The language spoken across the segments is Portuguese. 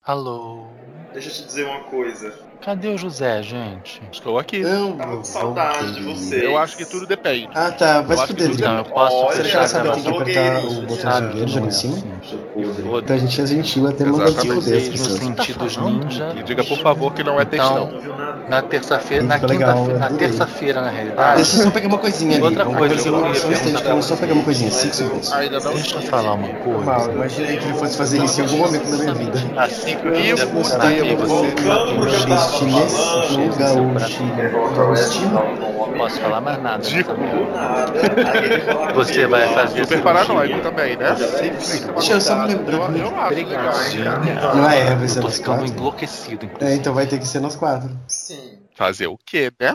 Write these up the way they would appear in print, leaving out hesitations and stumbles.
Alô? Deixa eu te dizer uma coisa. Cadê o José, gente? Estou aqui. Tava com saudade de vocês. Eu acho que tudo depende. Ah, tá. Vai Eu se acho que fuder, tudo Drigo. Não, eu posso Olha, Você fechar a sabe que tem que não, apertar o blogueirinho, botão sabe verde que ali não em é cima? assim. Então a gente é gentil, até manda Exatamente. fuder as Vocês no pessoas. sentido ninja. E diga, por favor, que não é textão. Então, na terça-feira, na Ficou legal, quinta-feira, na adorei. terça-feira, na realidade. Deixa eu só pegar uma coisinha ali. Outra Uma coisa coisa que eu no queria instante, perguntar vamos só pra pegar uma vocês. coisinha, 5 segundos. Ainda não. Deixa eu falar uma Normal, coisa. imaginei que ele fosse fazer isso em algum momento da minha vida. Assim que eu E queria o mostrar aqui, fudeu, você voltando pro que eu tava falando. não posso falar mais nada. nessa Do merda. nada. Aí ele fala Você comigo, vai ó, fazer Super paranoico também, né? Deixa eu só me lembrar. Eu acho legal. Obrigadinho. Não é, vai ser Eu tô nós ficando 4? enlouquecido, inclusive. Então vai ter que ser nós 4. Sim. Fazer o quê, né?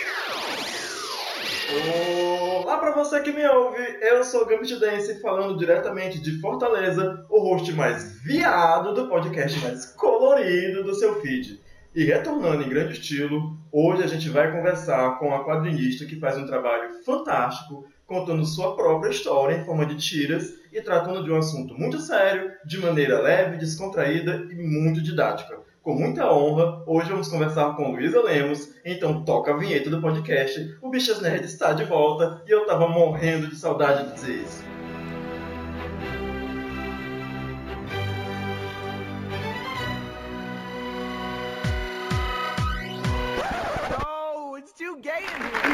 Olá pra você que me ouve, eu sou o Gambit Dance, falando diretamente de Fortaleza, o host mais viado do podcast mais colorido do seu feed. E retornando em grande estilo, hoje a gente vai conversar com a quadrinista que faz um trabalho fantástico, contando sua própria história em forma de tiras e tratando de um assunto muito sério, de maneira leve, descontraída e muito didática. Com muita honra, hoje vamos conversar com Luísa Lemos, então toca a vinheta do podcast. O Bichas Nerd está de volta e eu tava morrendo de saudade de dizer isso. No, it's too gay in here.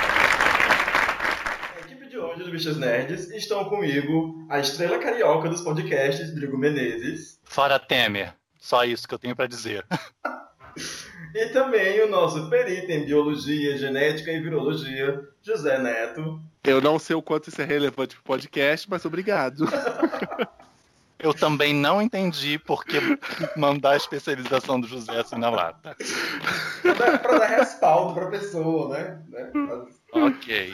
A equipe de hoje do Bichas Nerds estão comigo a estrela carioca dos podcasts, Drigo Menezes. Fora Temer. Só isso que eu tenho pra dizer. E também o nosso perito em biologia, genética e virologia, José Neto. Eu não sei o quanto isso é relevante pro podcast, mas obrigado. Eu também não entendi por que mandar a especialização do José assim na lata. Pra dar respaldo pra pessoa, né? Ok.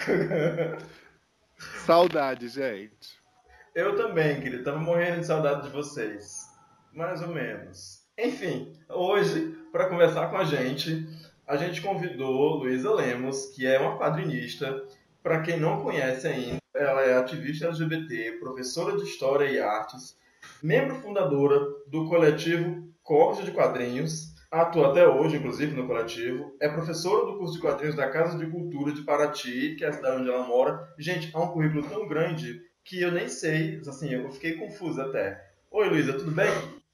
Saudade, gente. Eu também, querido. Tava morrendo de saudade de vocês. Mais ou menos. Enfim, hoje, para conversar com a gente convidou Luísa Lemos, que é uma quadrinista. Para quem não conhece ainda, ela é ativista LGBT, professora de História e Artes, membro fundadora do coletivo Corte de Quadrinhos, atua até hoje, inclusive, no coletivo, é professora do curso de quadrinhos da Casa de Cultura de Paraty, que é a cidade onde ela mora. Gente, há um currículo tão grande que eu nem sei, assim, eu fiquei confusa até. Oi, Luísa, tudo bem?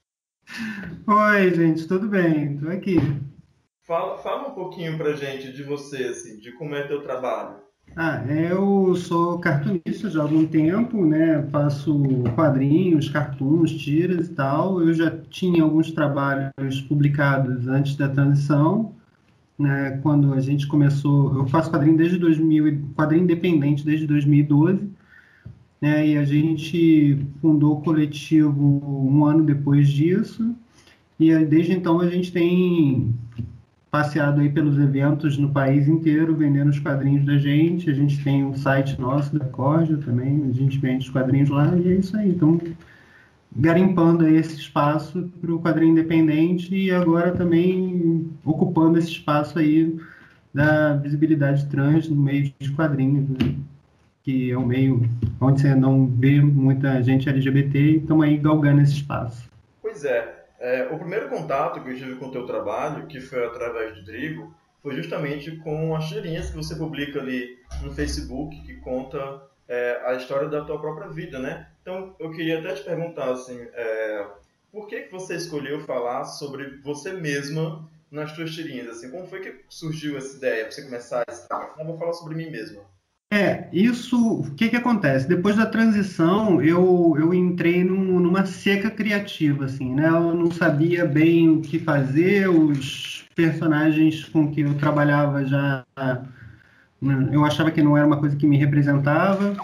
Oi, gente, tudo bem? Tô aqui. Fala um pouquinho pra gente de você, assim, de como é teu trabalho. Eu sou cartunista já há algum tempo, né? Faço quadrinhos, cartoons, tiras e tal. Eu já tinha alguns trabalhos publicados antes da transição, né? Quando a gente começou, eu faço quadrinho desde 2000, quadrinho independente desde 2012, né? E a gente fundou o coletivo um ano depois disso. E aí, desde então a gente tem passeado aí pelos eventos no país inteiro, vendendo os quadrinhos da gente. A gente tem um site nosso da Corja também, a gente vende os quadrinhos lá e é isso aí. Então, garimpando aí esse espaço para o quadrinho independente e agora também ocupando esse espaço aí da visibilidade trans no meio de quadrinhos, né? Que é um meio onde você não vê muita gente LGBT e estamos aí galgando esse espaço. Pois é. O primeiro contato que eu tive com o teu trabalho, que foi através do Drigo, foi justamente com as tirinhas que você publica ali no Facebook, que conta a história da tua própria vida, né? Então, eu queria até te perguntar, assim, por que você escolheu falar sobre você mesma nas tuas tirinhas? Assim, como foi que surgiu essa ideia, pra você começar eu vou falar sobre mim mesma? O que acontece? Depois da transição, eu entrei numa seca criativa, assim, né? Eu não sabia bem o que fazer, os personagens com que eu trabalhava já, eu achava que não era uma coisa que me representava,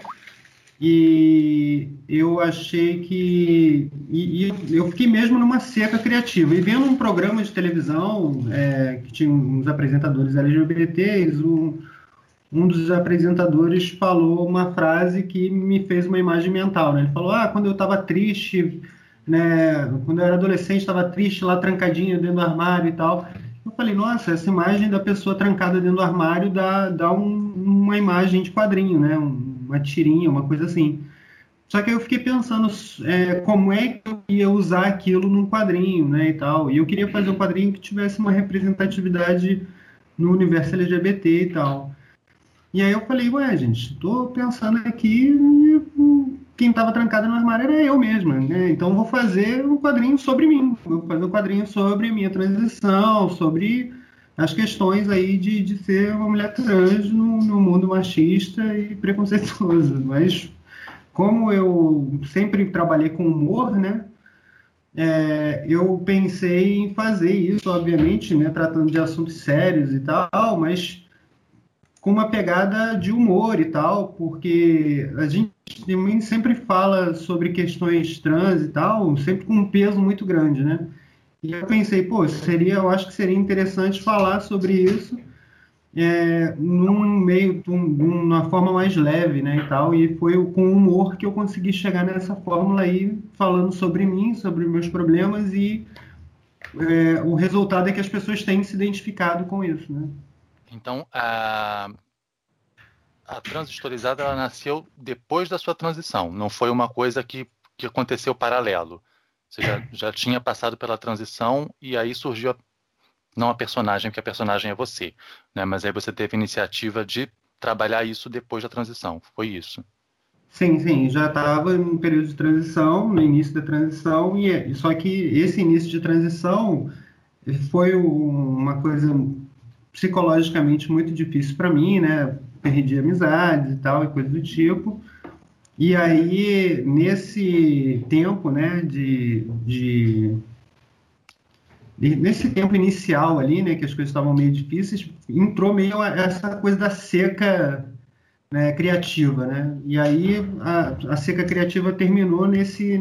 e eu achei que... eu fiquei mesmo numa seca criativa, e vendo um programa de televisão que tinha uns apresentadores LGBTs, um dos apresentadores falou uma frase que me fez uma imagem mental, né? Ele falou, quando eu estava triste, né? Quando eu era adolescente, estava triste lá, trancadinho dentro do armário e tal. Eu falei, nossa, essa imagem da pessoa trancada dentro do armário dá uma imagem de quadrinho, né? Uma tirinha, uma coisa assim. Só que aí eu fiquei pensando como é que eu ia usar aquilo num quadrinho, né, e tal. E eu queria fazer um quadrinho que tivesse uma representatividade no universo LGBT e tal. E aí eu falei, ué, gente, tô pensando aqui, quem estava trancado no armário era eu mesma, né? Então vou fazer um quadrinho sobre mim. Vou fazer um quadrinho sobre a minha transição, sobre as questões aí de ser uma mulher trans no mundo machista e preconceituoso. Mas como eu sempre trabalhei com humor, né? Eu pensei em fazer isso, obviamente, né? Tratando de assuntos sérios e tal, mas com uma pegada de humor e tal, porque a gente também sempre fala sobre questões trans e tal, sempre com um peso muito grande, né? E eu pensei, eu acho que seria interessante falar sobre isso numa forma mais leve, né, e tal, e foi com humor que eu consegui chegar nessa fórmula aí, falando sobre mim, sobre meus problemas, e o resultado é que as pessoas têm se identificado com isso, né? Então, a Transhistorizada, ela nasceu depois da sua transição. Não foi uma coisa que aconteceu paralelo. Você já tinha passado pela transição e aí surgiu, não a personagem, porque a personagem é você, né? Mas aí você teve a iniciativa de trabalhar isso depois da transição. Foi isso? Sim. Já estava em período de transição, no início da transição, só que esse início de transição foi uma coisa psicologicamente muito difícil para mim, né? Perdi amizades e tal, e coisa do tipo. E aí, nesse tempo, né, nesse tempo inicial ali, né, que as coisas estavam meio difíceis, entrou meio essa coisa da seca, né, criativa, né? E aí a seca criativa terminou nesse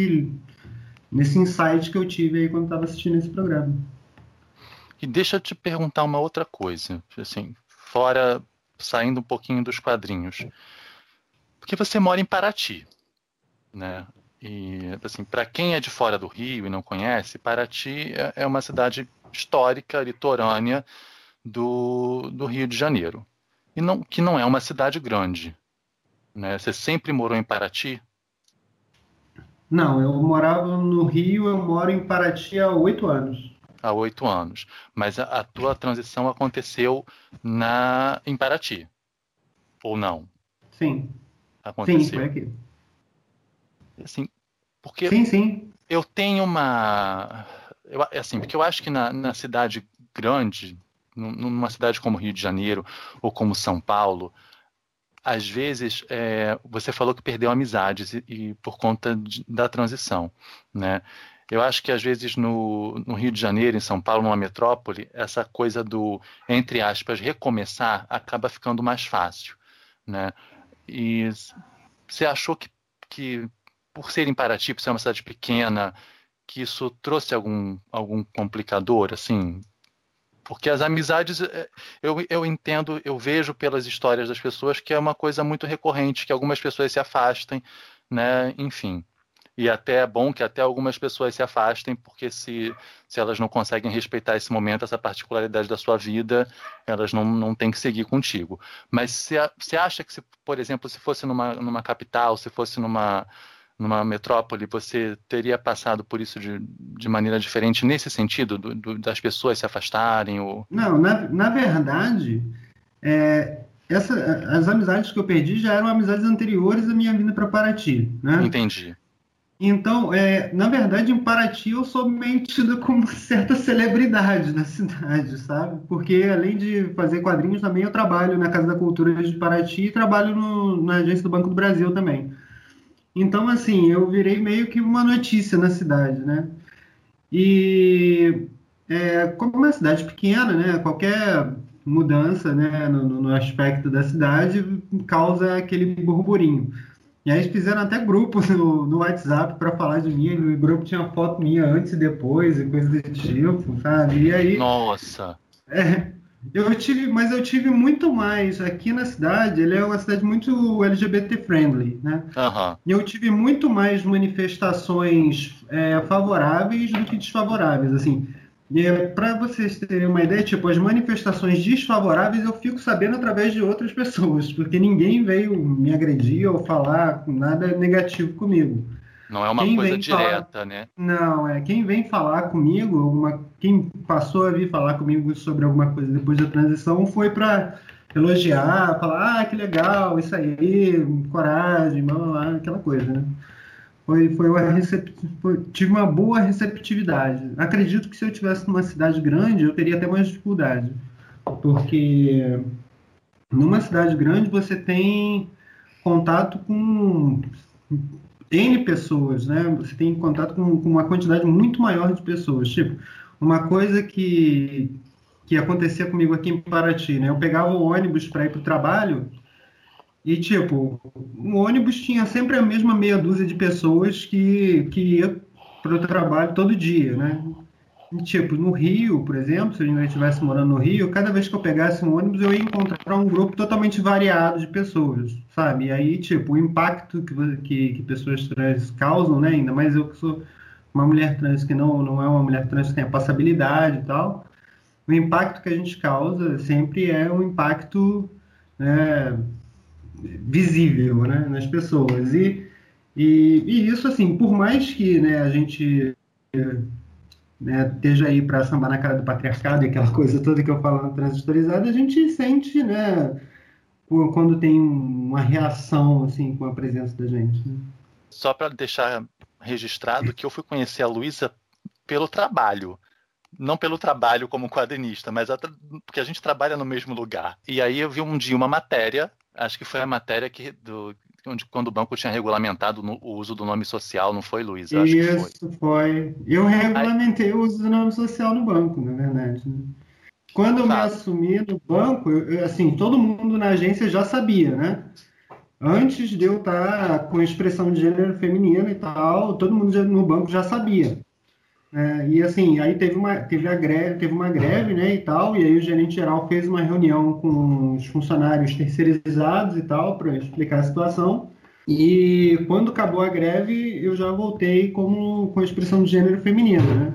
insight que eu tive aí quando estava assistindo esse programa. E deixa eu te perguntar uma outra coisa, assim, saindo um pouquinho dos quadrinhos. Porque você mora em Paraty, né? E, assim, para quem é de fora do Rio e não conhece, Paraty é uma cidade histórica, litorânea do Rio de Janeiro. Que não é uma cidade grande, né? Você sempre morou em Paraty? Não, eu morava no Rio, eu moro em Paraty há 8 anos. Há 8 anos. Mas a tua transição aconteceu em Paraty, ou não? Sim. Aconteceu. Sim, foi aqui. Assim, porque Sim. eu tenho porque eu acho que na cidade grande, numa cidade como Rio de Janeiro ou como São Paulo, às vezes você falou que perdeu amizades e por conta da transição, né? Eu acho que às vezes no Rio de Janeiro, em São Paulo, numa metrópole, essa coisa do, entre aspas, recomeçar acaba ficando mais fácil, né? E você achou que por ser em Paraty, por ser uma cidade pequena, que isso trouxe algum complicador, assim? Porque as amizades, eu entendo, eu vejo pelas histórias das pessoas que é uma coisa muito recorrente, que algumas pessoas se afastem, né? Enfim. E até é bom que até algumas pessoas se afastem, porque se elas não conseguem respeitar esse momento, essa particularidade da sua vida, elas não têm que seguir contigo. Mas você acha que, por exemplo, se fosse numa capital, se fosse numa metrópole, você teria passado por isso de maneira diferente nesse sentido, das pessoas se afastarem? Não, na verdade, as amizades que eu perdi já eram amizades anteriores à minha vinda para Paraty, né? Entendi. Então, na verdade, em Paraty eu sou meio tido como certa celebridade da cidade, sabe? Porque além de fazer quadrinhos, também eu trabalho na Casa da Cultura de Paraty e trabalho na agência do Banco do Brasil também. Então, assim, eu virei meio que uma notícia na cidade, né? E como é uma cidade pequena, né? Qualquer mudança, né, no aspecto da cidade causa aquele burburinho. E aí eles fizeram até grupos no WhatsApp para falar de mim. O grupo tinha foto minha antes e depois, e coisa do tipo, sabe? E aí... Nossa! Eu tive muito mais. Aqui na cidade, ele é uma cidade muito LGBT-friendly, né? Uhum. E eu tive muito mais manifestações favoráveis do que desfavoráveis, assim. Para vocês terem uma ideia, tipo, as manifestações desfavoráveis eu fico sabendo através de outras pessoas, porque ninguém veio me agredir ou falar nada negativo comigo. Não é uma Quem coisa vem direta, falar- né? Não, quem vem falar comigo, quem passou a vir falar comigo sobre alguma coisa depois da transição foi para elogiar, falar, que legal, isso aí, coragem, blá, blá, blá, aquela coisa, né? Tive uma boa receptividade. Acredito que se eu tivesse numa cidade grande, eu teria até mais dificuldade, porque numa cidade grande você tem contato com N pessoas, né? Você tem contato com uma quantidade muito maior de pessoas. Tipo, uma coisa que acontecia comigo aqui em Paraty, né? Eu pegava o ônibus para ir para o trabalho e, tipo, o ônibus tinha sempre a mesma meia dúzia de pessoas que ia para o trabalho todo dia, né? E, tipo, no Rio, por exemplo, se eu ainda estivesse morando no Rio, cada vez que eu pegasse um ônibus, eu ia encontrar um grupo totalmente variado de pessoas, sabe? E aí, tipo, o impacto que pessoas trans causam, né? Ainda mais eu que sou uma mulher trans que não é uma mulher trans que tem a passabilidade e tal, o impacto que a gente causa sempre é um impacto, né, visível, né, nas pessoas. E isso, assim, por mais que, né, a gente, né, esteja aí para sambar na cara do patriarcado e aquela coisa toda que eu falo na transistorizada, a gente sente, né, quando tem uma reação, assim, com a presença da gente, né? Só para deixar registrado que eu fui conhecer a Luísa pelo trabalho. Não pelo trabalho como quadrinista, mas porque a gente trabalha no mesmo lugar. E aí eu vi um dia uma matéria, acho que foi a matéria quando o banco tinha regulamentado o uso do nome social, não foi, Luiz? Eu acho que foi. Isso foi. Eu regulamentei o uso do nome social no banco, na verdade, né? Quando eu me assumi no banco, assim, todo mundo na agência já sabia, né? Antes de eu estar com expressão de gênero feminino e tal, todo mundo no banco já sabia. E assim, aí teve uma greve, né, e tal, e aí o gerente geral fez uma reunião com os funcionários terceirizados e tal, para explicar a situação. E quando acabou a greve, eu já voltei com a expressão de gênero feminino, né?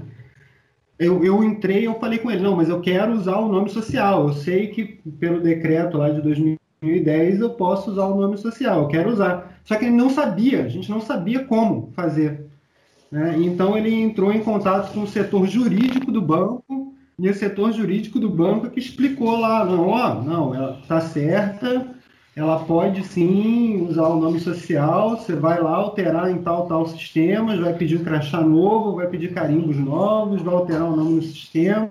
Eu entrei, eu falei com ele, não, mas eu quero usar o nome social. Eu sei que pelo decreto lá de 2010 eu posso usar o nome social, eu quero usar. Só que ele não sabia, a gente não sabia como fazer, né? Então ele entrou em contato com o setor jurídico do banco, e o setor jurídico do banco que explicou lá, não, ela está certa, ela pode sim usar o nome social, você vai lá alterar em tal sistema, vai pedir um crachá novo, vai pedir carimbos novos, vai alterar o nome no sistema,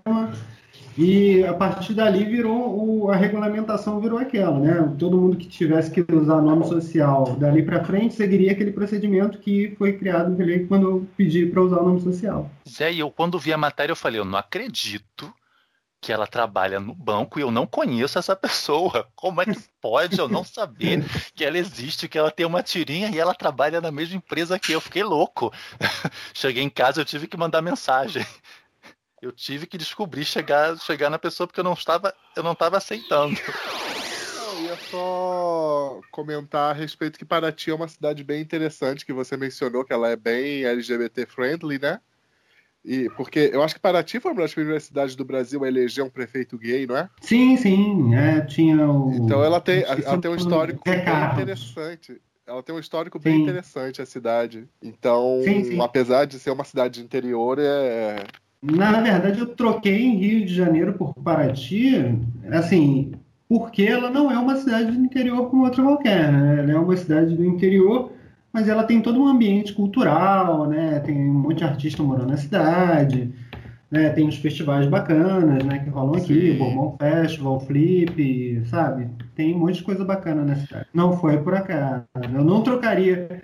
e a partir dali a regulamentação virou aquela, né? Todo mundo que tivesse que usar nome social dali para frente seguiria aquele procedimento que foi criado quando eu pedi para usar o nome social. Zé, e eu quando vi a matéria eu falei, eu não acredito que ela trabalha no banco e eu não conheço essa pessoa. Como é que pode eu não saber que ela existe, que ela tem uma tirinha e ela trabalha na mesma empresa que eu? Fiquei louco. Cheguei em casa, eu tive que mandar mensagem. Eu tive que descobrir, chegar na pessoa, porque eu não estava aceitando. Eu ia só comentar a respeito que Paraty é uma cidade bem interessante, que você mencionou que ela é bem LGBT-friendly, né? E porque eu acho que Paraty foi uma das primeiras cidades do Brasil a eleger um prefeito gay, não é? Sim, tinha o... Então ela tem um histórico bem Carlos. interessante. Ela tem um histórico bem Sim. interessante, a cidade. Então, Sim. apesar de ser uma cidade de interior, Na verdade, eu troquei em Rio de Janeiro por Paraty, assim, porque ela não é uma cidade do interior como outra qualquer, né? Ela é uma cidade do interior, mas ela tem todo um ambiente cultural, né? Tem um monte de artista morando na cidade, né? Tem uns festivais bacanas, né, que rolam aqui, Bourbon Festival, Flip, sabe? Tem um monte de coisa bacana na cidade. Não foi por acaso. Eu não trocaria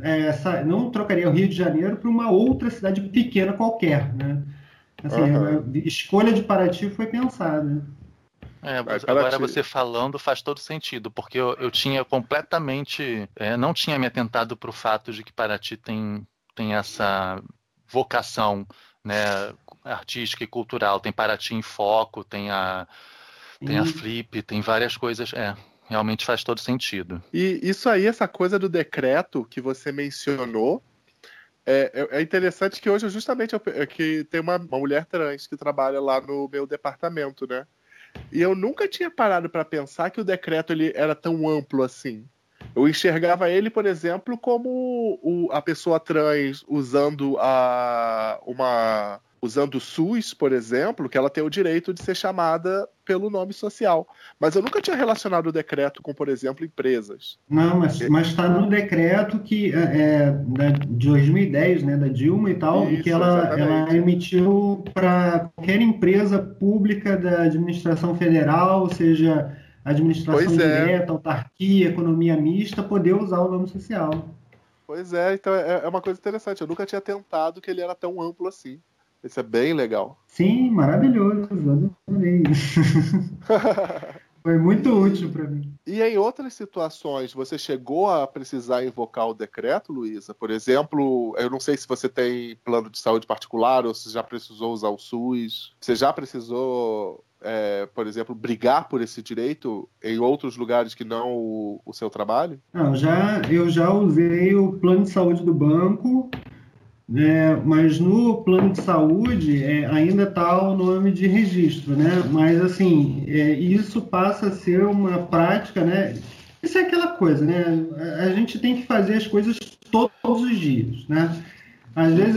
o Rio de Janeiro por uma outra cidade pequena qualquer, né? Assim, a escolha de Paraty foi pensada. Agora você falando faz todo sentido, porque eu tinha completamente... não tinha me atentado para o fato de que Paraty tem essa vocação, né, artística e cultural. Tem Paraty em Foco, tem a Flip, tem várias coisas... Realmente faz todo sentido. E isso aí, essa coisa do decreto que você mencionou, É interessante que hoje justamente que tem uma mulher trans que trabalha lá no meu departamento, né? E eu nunca tinha parado para pensar que o decreto ele era tão amplo assim. Eu enxergava ele, por exemplo, como a pessoa trans usando usando o SUS, por exemplo, que ela tem o direito de ser chamada pelo nome social. Mas eu nunca tinha relacionado o decreto com, por exemplo, empresas. Não, mas está no decreto que de 2010, né, da Dilma e tal, Isso, e que ela emitiu para qualquer empresa pública da administração federal, ou seja, administração direta, autarquia, economia mista, poder usar o nome social. Pois é, então é uma coisa interessante. Eu nunca tinha tentado que ele era tão amplo assim. Isso é bem legal. Sim, maravilhoso. Adorei. Foi muito útil para mim. E em outras situações, você chegou a precisar invocar o decreto, Luísa? Por exemplo, eu não sei se você tem plano de saúde particular ou se já precisou usar o SUS. Você já precisou, por exemplo, brigar por esse direito em outros lugares que não o seu trabalho? Não, eu já usei o plano de saúde do banco. Mas no plano de saúde ainda está o nome de registro, né? Mas assim, isso passa a ser uma prática, né? Isso é aquela coisa, né? A gente tem que fazer as coisas todos os dias, né? Às vezes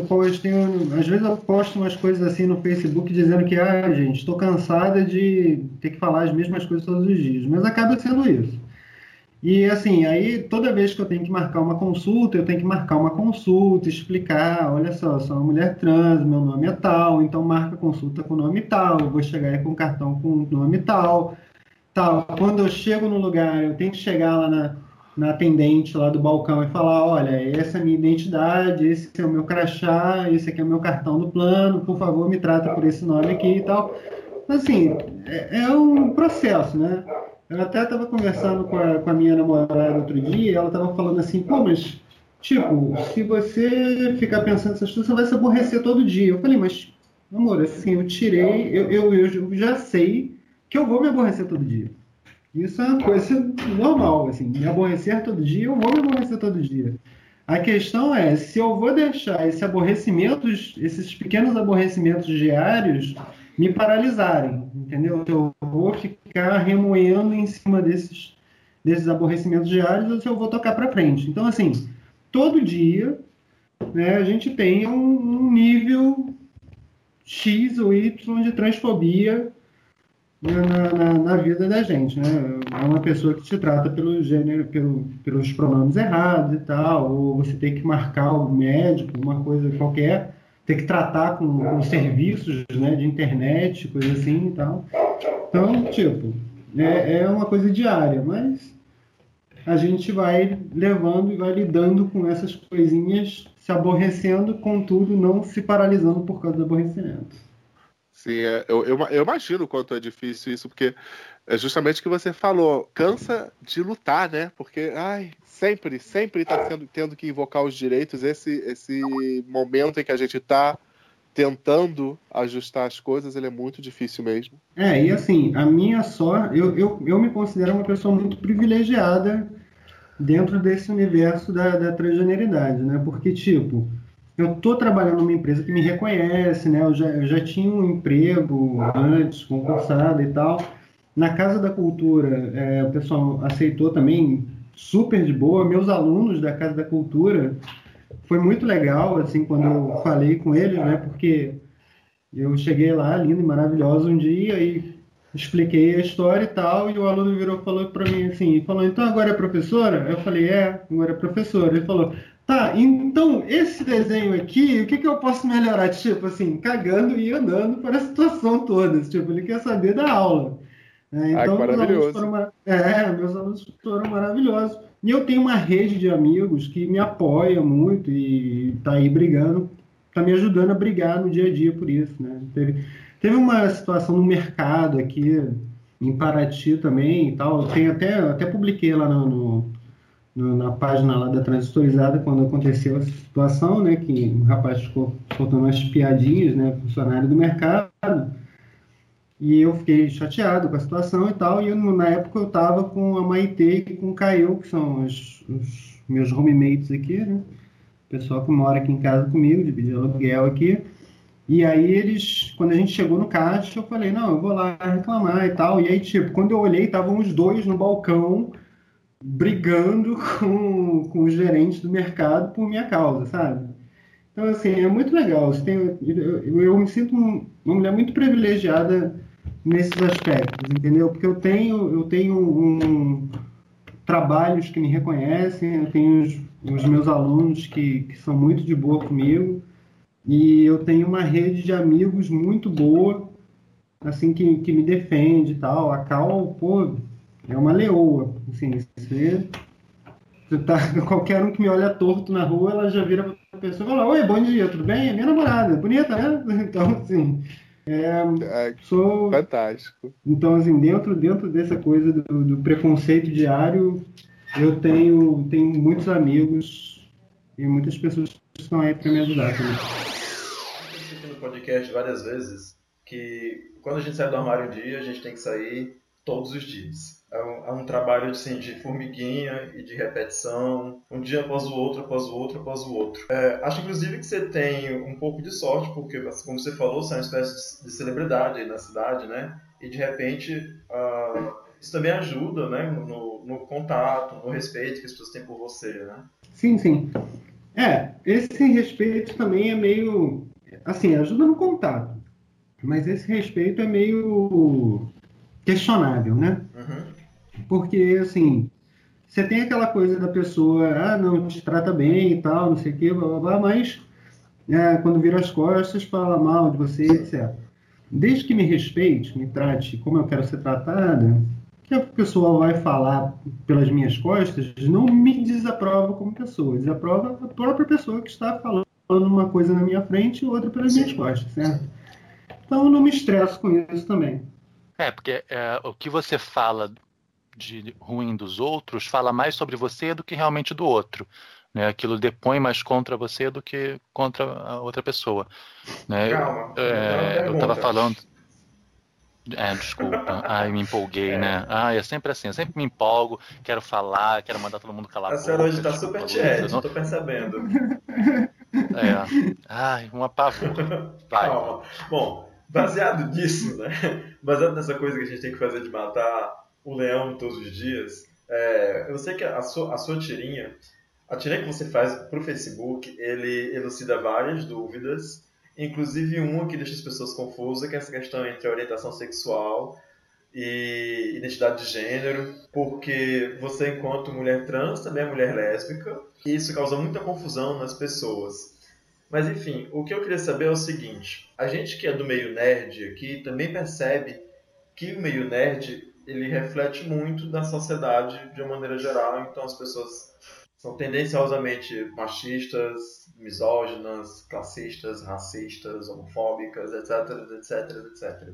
eu posto umas coisas assim no Facebook dizendo que, gente, estou cansada de ter que falar as mesmas coisas todos os dias, mas acaba sendo isso. E assim, aí toda vez que eu tenho que marcar uma consulta, eu tenho que marcar uma consulta, explicar, olha só, eu sou uma mulher trans, meu nome é tal, então marca a consulta com o nome tal, eu vou chegar aí com o cartão com o nome tal. Quando eu chego no lugar, eu tenho que chegar lá na atendente lá do balcão e falar, olha, essa é a minha identidade, esse é o meu crachá, esse aqui é o meu cartão do plano, por favor, me trata por esse nome aqui e tal. Assim, é um processo, né? Eu até estava conversando com a minha namorada outro dia, e ela estava falando assim, mas, tipo, se você ficar pensando nessas coisas, você vai se aborrecer todo dia. Eu falei, mas, amor, assim, eu já sei que eu vou me aborrecer todo dia. Isso é uma coisa normal, assim, me aborrecer todo dia, eu vou me aborrecer todo dia. A questão é, se eu vou deixar esses pequenos aborrecimentos diários me paralisarem, entendeu? Eu vou ficar remoendo em cima desses aborrecimentos diários ou se eu vou tocar para frente. Então, assim, todo dia, né, a gente tem um nível X ou Y de transfobia na vida da gente, né? É uma pessoa que te trata pelo gênero, pelos pronomes errados e tal, ou você tem que marcar o médico, uma coisa qualquer, tem que tratar com serviços, né, de internet, coisa assim e tal. Então, tipo, é uma coisa diária, mas a gente vai levando e vai lidando com essas coisinhas, se aborrecendo, contudo, não se paralisando por causa do aborrecimento. Sim, eu imagino o quanto é difícil isso, porque é justamente o que você falou, cansa de lutar, né? Porque, sempre está tendo que invocar os direitos, esse momento em que a gente está tentando ajustar as coisas, ele é muito difícil mesmo. E assim, a minha sorte, eu me considero uma pessoa muito privilegiada dentro desse universo da transgeneridade, né? Porque, tipo, eu estou trabalhando numa empresa que me reconhece, né? Eu já tinha um emprego antes, concursado e tal. Na Casa da Cultura, o pessoal aceitou também super de boa. Meus alunos da Casa da Cultura, foi muito legal, assim, quando eu falei com eles, né? Porque eu cheguei lá, linda e maravilhosa, um dia e expliquei a história e tal, e o aluno virou e falou para mim assim, então agora é professora? Eu falei, agora é professora. Ele falou, tá, então esse desenho aqui, o que eu posso melhorar? Tipo assim, cagando e andando para a situação toda. Tipo, ele quer saber da aula. Então, meus alunos foram maravilhosos. E eu tenho uma rede de amigos que me apoia muito e tá aí brigando, tá me ajudando a brigar no dia a dia por isso, né? Teve uma situação no mercado aqui, em Paraty também e tal. Eu até publiquei lá na página lá da Transistorizada, quando aconteceu essa situação, né, que um rapaz ficou soltando umas piadinhas, né, funcionário do mercado, e eu fiquei chateado com a situação e tal, e na época eu estava com a Maitê e com o Caio, que são os meus homemates aqui, né, pessoal que mora aqui em casa comigo, dividir aluguel aqui. E aí quando a gente chegou no caixa, eu falei, não, eu vou lá reclamar e tal. E aí, tipo, quando eu olhei, estavam os dois no balcão brigando com os gerentes do mercado por minha causa, sabe? Então, assim, é muito legal. Eu me sinto uma mulher muito privilegiada nesses aspectos, entendeu? Porque eu tenho trabalhos que me reconhecem, eu tenho os meus alunos que são muito de boa comigo, e eu tenho uma rede de amigos muito boa, assim, que me defende e tal. A Cal, pô, é uma leoa, assim, qualquer um que me olha torto na rua, ela já vira pra pessoa e fala, oi, bom dia, tudo bem? É minha namorada, bonita, né? Então, assim, sou... Fantástico. Então, assim, dentro dessa coisa do preconceito diário, eu tenho muitos amigos e muitas pessoas que estão aí para me ajudar também. Eu disse aqui no podcast várias vezes que quando a gente sai do armário um dia, a gente tem que sair todos os dias. É um trabalho assim, de formiguinha e de repetição, um dia após o outro, após o outro, após o outro. Acho, inclusive, que você tem um pouco de sorte, porque, como você falou, você é uma espécie de celebridade aí na cidade, né? E, de repente, isso também ajuda, né? No contato, no respeito que as pessoas têm por você, né? Sim, sim. Esse respeito também é meio... Assim, ajuda no contato. Mas esse respeito é meio questionável, né? Uhum. Porque, assim, você tem aquela coisa da pessoa, não, te trata bem e tal, não sei o quê, blá, blá, blá, mas quando vira as costas, fala mal de você, etc. Desde que me respeite, me trate como eu quero ser tratada, que a pessoa vai falar pelas minhas costas, não me desaprova como pessoa, desaprova a própria pessoa que está falando uma coisa na minha frente e outra pelas minhas costas, certo? Então eu não me estresso com isso também. Porque o que você fala de ruim dos outros fala mais sobre você do que realmente do outro, né? Aquilo depõe mais contra você do que contra a outra pessoa, né? Calma, Eu estava falando... desculpa. Me empolguei, né? É sempre assim, eu sempre me empolgo, quero falar, quero mandar todo mundo calar a boca. A senhora hoje tá desculpa, super tiete, não... tô percebendo. Um apavor. Vai. Calma. Bom, baseado nisso, né? Baseado nessa coisa que a gente tem que fazer de matar o leão todos os dias, eu sei que a sua tirinha, a tirinha que você faz pro Facebook, ele elucida várias dúvidas, inclusive uma que deixa as pessoas confusas, que é essa questão entre orientação sexual e identidade de gênero, porque você, enquanto mulher trans, também é mulher lésbica, e isso causa muita confusão nas pessoas. Mas, enfim, o que eu queria saber é o seguinte, a gente que é do meio nerd aqui também percebe que o meio nerd ele reflete muito da sociedade de uma maneira geral, então as pessoas são tendenciosamente machistas, misóginas, classistas, racistas, homofóbicas, etc, etc, etc.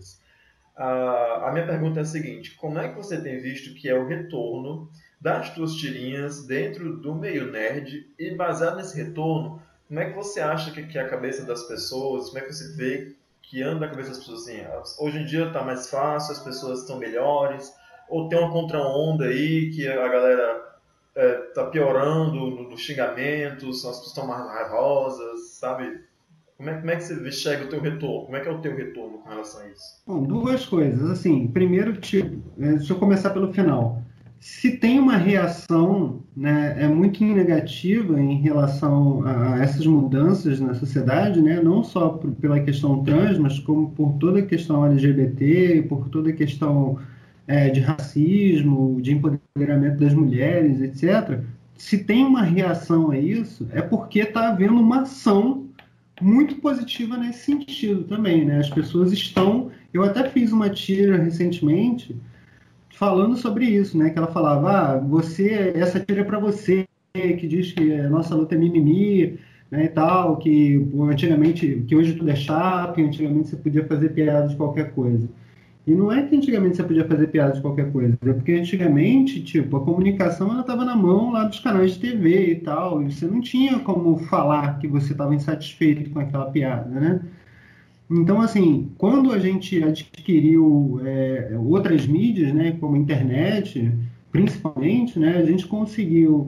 A minha pergunta é a seguinte, como é que você tem visto que é o retorno das tuas tirinhas dentro do meio nerd e baseado nesse retorno, como é que você acha que é a cabeça das pessoas, como é que você vê que anda a cabeça das pessoas assim, hoje em dia está mais fácil, as pessoas estão melhores, ou tem uma contra-onda aí que a galera está piorando nos xingamentos, as pessoas estão mais raivosas, sabe? Como é que você enxerga o teu retorno? Como é que é o teu retorno com relação a isso? Bom, duas coisas. Assim, primeiro, deixa eu começar pelo final. Se tem uma reação, né, muito negativa em relação a essas mudanças na sociedade, né, não só pela questão trans, mas como por toda a questão LGBT, por toda a questão de racismo, de empoderamento das mulheres, etc. Se tem uma reação a isso, é porque está havendo uma ação muito positiva nesse sentido também, né? As pessoas estão... Eu até fiz uma tira recentemente falando sobre isso, né? Que ela falava, essa tira é para você, que diz que a nossa luta é mimimi, né, e tal, que hoje tudo é chato, que antigamente você podia fazer piada de qualquer coisa. E não é que antigamente você podia fazer piada de qualquer coisa, é porque antigamente, a comunicação ela estava na mão lá dos canais de TV e tal, e você não tinha como falar que você estava insatisfeito com aquela piada, né? Então, assim, quando a gente adquiriu outras mídias, né, como a internet, principalmente, né, a gente conseguiu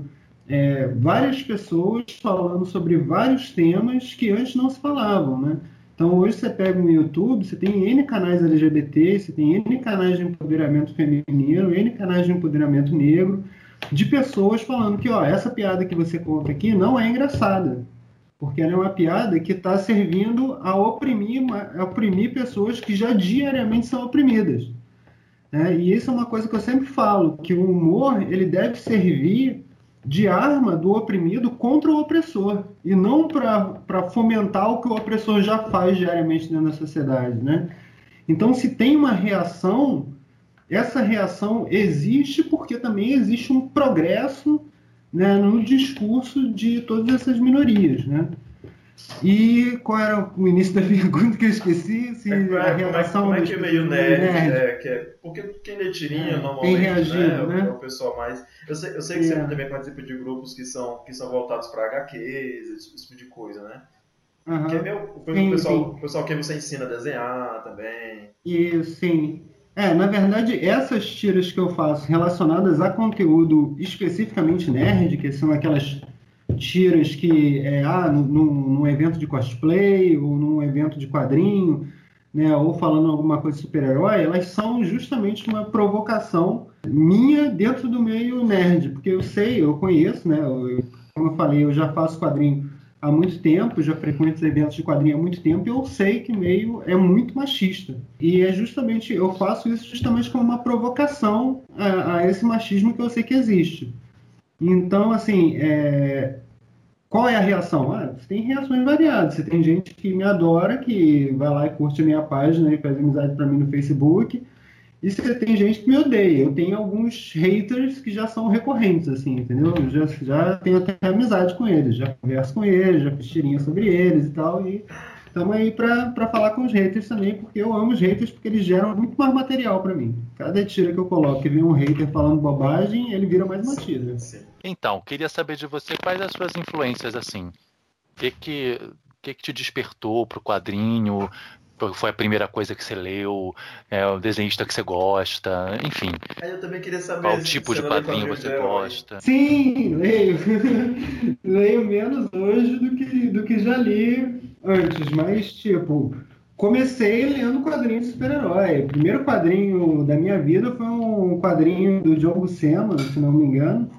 várias pessoas falando sobre vários temas que antes não se falavam, né? Então, hoje você pega no YouTube, você tem N canais LGBT, você tem N canais de empoderamento feminino, N canais de empoderamento negro, de pessoas falando que, essa piada que você conta aqui não é engraçada, porque ela é uma piada que está servindo a oprimir pessoas que já diariamente são oprimidas. E isso é uma coisa que eu sempre falo, que o humor ele deve servir de arma do oprimido contra o opressor, e não para fomentar o que o opressor já faz diariamente dentro da sociedade, né? Então, se tem uma reação, essa reação existe porque também existe um progresso, né, no discurso de todas essas minorias, né? E qual era o início da pergunta que eu esqueci? Se a relação como é que veio o nerd? Porque quem lê tirinha normalmente, tem reagido, né? É o pessoal mais... Eu sei que você também participa de grupos que são voltados para HQs, esse tipo de coisa, né? Que é o pessoal que você ensina a desenhar também. Sim. Na verdade, essas tiras que eu faço relacionadas a conteúdo especificamente nerd, que são aquelas tiras que num evento de cosplay ou num evento de quadrinho, né, ou falando alguma coisa de super-herói, elas são justamente uma provocação minha dentro do meio nerd, porque eu conheço, né, como eu falei, eu já faço quadrinho há muito tempo, já frequento eventos de quadrinho há muito tempo, e eu sei que o meio é muito machista. E eu faço isso justamente como uma provocação a esse machismo que eu sei que existe. Então, assim, qual é a reação? Você tem reações variadas. Você tem gente que me adora, que vai lá e curte a minha página e faz amizade para mim no Facebook. E você tem gente que me odeia. Eu tenho alguns haters que já são recorrentes, assim, entendeu? Eu já tenho até amizade com eles, já converso com eles, já fiz tirinha sobre eles e tal. E estamos aí para falar com os haters também, porque eu amo os haters, porque eles geram muito mais material para mim. Cada tira que eu coloco e vem um hater falando bobagem, ele vira mais uma tira. Então, queria saber de você quais as suas influências, assim. O que te despertou pro quadrinho? Foi a primeira coisa que você leu? O desenhista que você gosta? Enfim. Eu também queria saber qual tipo de quadrinho você gosta? Sim, leio. Leio menos hoje do que já li antes, mas, tipo, comecei lendo quadrinho de super-herói. O primeiro quadrinho da minha vida foi um quadrinho do John Buscema, se não me engano,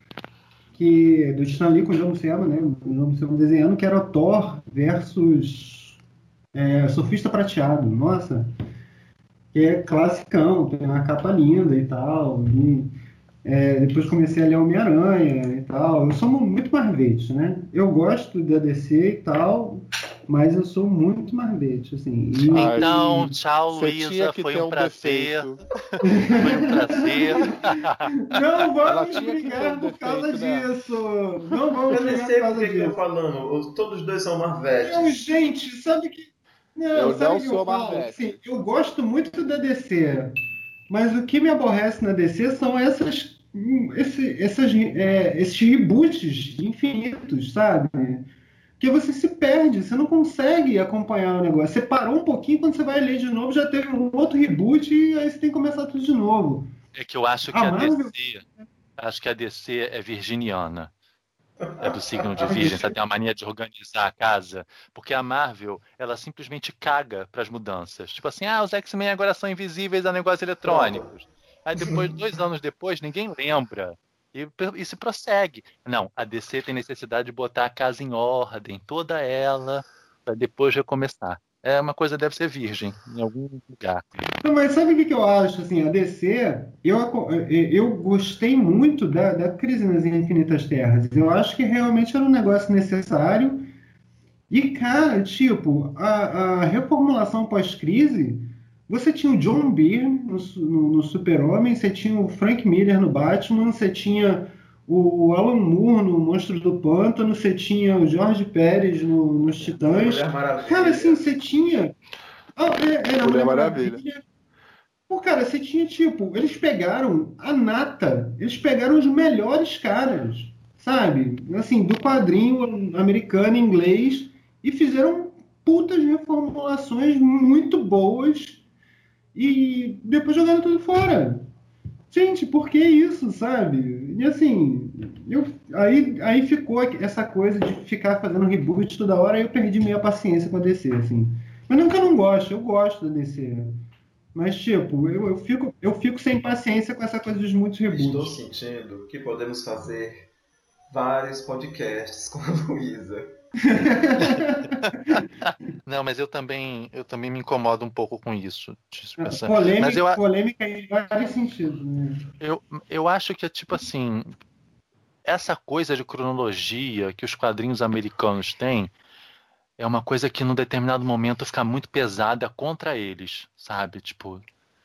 do Stan Lee com o John Buscema, né? O John Buscema desenhando, que era o Thor versus Surfista Prateado. Nossa, que é classicão, tem uma capa linda e tal. Depois comecei a ler Homem-Aranha e tal. Eu sou muito Marvete, né? Eu gosto da DC e tal, mas eu sou muito Marvete, assim. Então, tchau, Luísa. Foi um prazer. Foi um prazer. Não vamos brigar por causa disso. Não vamos brigar por causa disso. Eu falando, todos dois são Marvetes. Não, gente, sabe que... Eu não sou Marvete. Assim, eu gosto muito da DC, mas o que me aborrece na DC são esses reboots infinitos, sabe? Que você se perde, você não consegue acompanhar o negócio. Você parou um pouquinho, quando você vai ler de novo, já teve um outro reboot e aí você tem que começar tudo de novo. É que eu acho que a DC é virginiana. É do signo de Virgem, você tem uma mania de organizar a casa, porque a Marvel, ela simplesmente caga para as mudanças. Tipo assim, os X-Men agora são invisíveis a negócios eletrônicos. Aí depois, 2 anos depois, ninguém lembra. E se prossegue. Não, a DC tem necessidade de botar a casa em ordem, toda ela, para depois recomeçar. É uma coisa que deve ser virgem, em algum lugar. Não, mas sabe o que eu acho? Assim, a DC, eu gostei muito da Crise nas Infinitas Terras. Eu acho que realmente era um negócio necessário. E, cara, tipo, a reformulação pós-crise, você tinha o John Byrne no Super-Homem, você tinha o Frank Miller no Batman, você tinha o Alan Moore no Monstro do Pântano, você tinha o Jorge Pérez nos Titãs. Cara, assim, você tinha... Mulher Maravilha. Pô, cara, você tinha, tipo... Eles pegaram a nata, eles pegaram os melhores caras, sabe? Assim, do quadrinho americano, inglês, e fizeram putas reformulações muito boas e depois jogaram tudo fora. gente, por que isso, sabe? E assim, aí ficou essa coisa de ficar fazendo reboot toda hora e eu perdi meio a paciência com a DC, assim. Mas não que eu não gosto, eu gosto da DC. Mas, tipo, eu fico sem paciência com essa coisa dos muitos reboots. Estou sentindo que podemos fazer vários podcasts com a Luísa. Não, mas eu também me incomodo um pouco com isso. Polêmica em vários sentidos, né? Eu acho que é tipo assim, essa coisa de cronologia que os quadrinhos americanos têm é uma coisa que num determinado momento fica muito pesada contra eles, sabe? Tipo,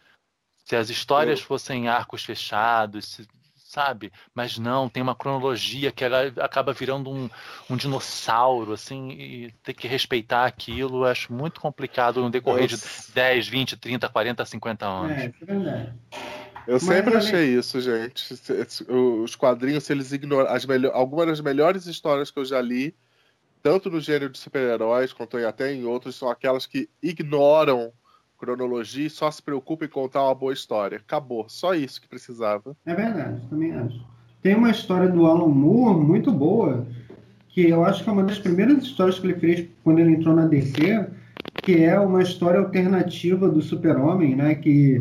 se as histórias fossem arcos fechados, sabe? Mas não, tem uma cronologia que ela acaba virando um dinossauro, assim, e ter que respeitar aquilo, eu acho muito complicado no decorrer de 10, 20, 30, 40, 50 anos. Isso é verdade. Eu sempre achei isso, gente. Os quadrinhos, se eles ignoram algumas das melhores histórias que eu já li, tanto no gênero de super-heróis quanto até em outros, são aquelas que ignoram cronologia e só se preocupa em contar uma boa história. Acabou. Só isso que precisava. É verdade, também acho. Tem uma história do Alan Moore muito boa, que eu acho que é uma das primeiras histórias que ele fez quando ele entrou na DC, que é uma história alternativa do Super-Homem, né? Que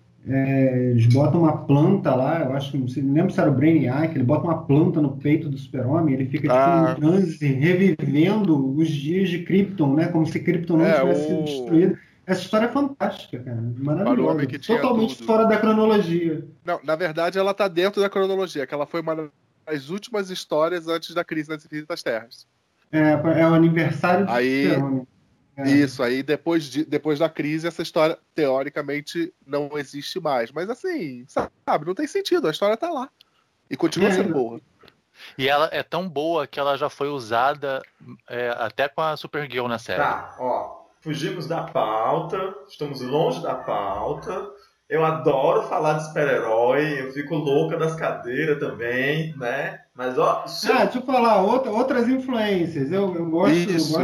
eles botam uma planta lá, eu acho que não lembro se era o Brainiac, ele bota uma planta no peito do Super-Homem, ele fica tipo, em transe, revivendo os dias de Krypton, né? Como se Krypton não tivesse sido destruído. Essa história é fantástica, cara. Maravilhosa. Totalmente fora da cronologia. Não, na verdade, ela tá dentro da cronologia, que ela foi uma das últimas histórias antes da crise nas Infinitas Terras. É o aniversário do Super-Homem. Isso, aí depois da crise, essa história, teoricamente, não existe mais. Mas assim, sabe, não tem sentido, a história tá lá. E continua sendo boa. E ela é tão boa que ela já foi usada até com a Supergirl na série. Tá, ó. Fugimos da pauta, estamos longe da pauta. Eu adoro falar de super-herói, eu fico louca das cadeiras também, né? Mas ó. Deixa eu falar, outras influências. Eu gosto. Isso.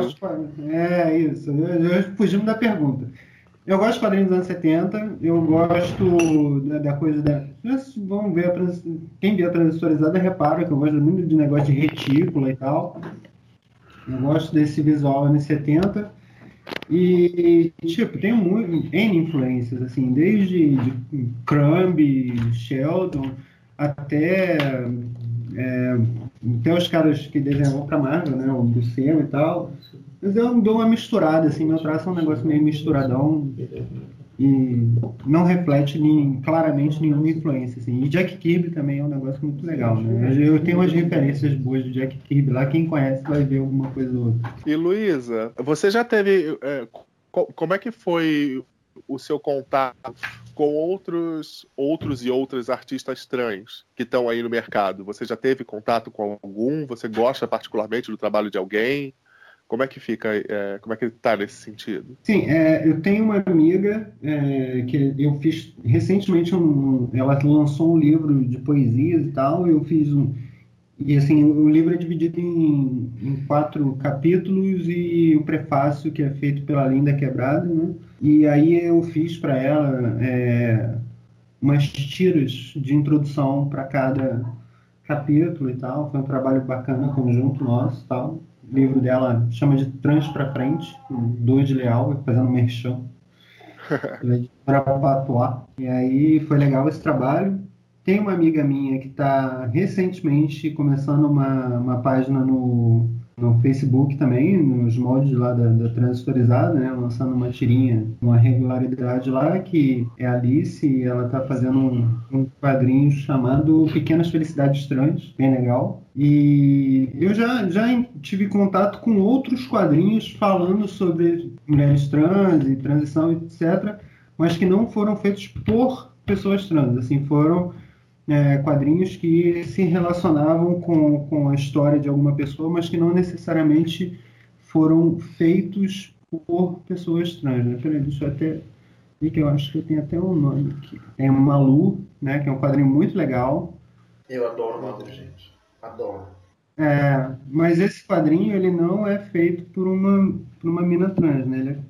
Isso. Fugimos da pergunta. Eu gosto de quadrinhos dos anos 70, eu gosto da coisa da. Vamos ver, quem vê a transistorizada repara que eu gosto muito de negócio de retícula e tal. Eu gosto desse visual anos 70. E, tipo, tem N influências, assim, desde Crumb, Sheldon, até os caras que desenham pra Marvel, né, o Buscema e tal. Mas eu dou uma misturada, assim, meu traço é um negócio meio misturadão e não reflete claramente nenhuma influência, assim. E Jack Kirby também é um negócio muito legal, né? Eu tenho umas referências boas de Jack Kirby lá, quem conhece vai ver alguma coisa ou outra. E Luísa, você já teve... como é que foi o seu contato com outros e outras artistas trans que estão aí no mercado? Você já teve contato com algum? Você gosta particularmente do trabalho de alguém? Como é que fica, como é que está nesse sentido? Sim, eu tenho uma amiga que eu fiz recentemente, ela lançou um livro de poesias e tal, eu fiz e assim, o livro é dividido em 4 capítulos e o prefácio que é feito pela Linda Quebrada, né? E aí eu fiz para ela umas tiras de introdução para cada capítulo e tal, foi um trabalho bacana, conjunto nosso e tal. O livro dela chama de Trans pra Frente, do de Leal, fazendo merchan. Para Patois. E aí foi legal esse trabalho. Tem uma amiga minha que está recentemente começando uma página no Facebook também, nos moldes lá da Transistorizada, né? Lançando uma tirinha, uma regularidade lá, que é a Alice, e ela está fazendo um quadrinho chamado Pequenas Felicidades Trans, bem legal. E eu já tive contato com outros quadrinhos falando sobre mulheres trans e transição, etc., mas que não foram feitos por pessoas trans, assim, foram quadrinhos que se relacionavam com a história de alguma pessoa, mas que não necessariamente foram feitos por pessoas trans, né? Peraí, deixa eu até ver que eu acho que eu tenho até um nome aqui. Tem o Malu, né, que é um quadrinho muito legal. Eu adoro Malu, gente. Adoro. Mas esse quadrinho, ele não é feito por uma mina trans, né? Ele é feito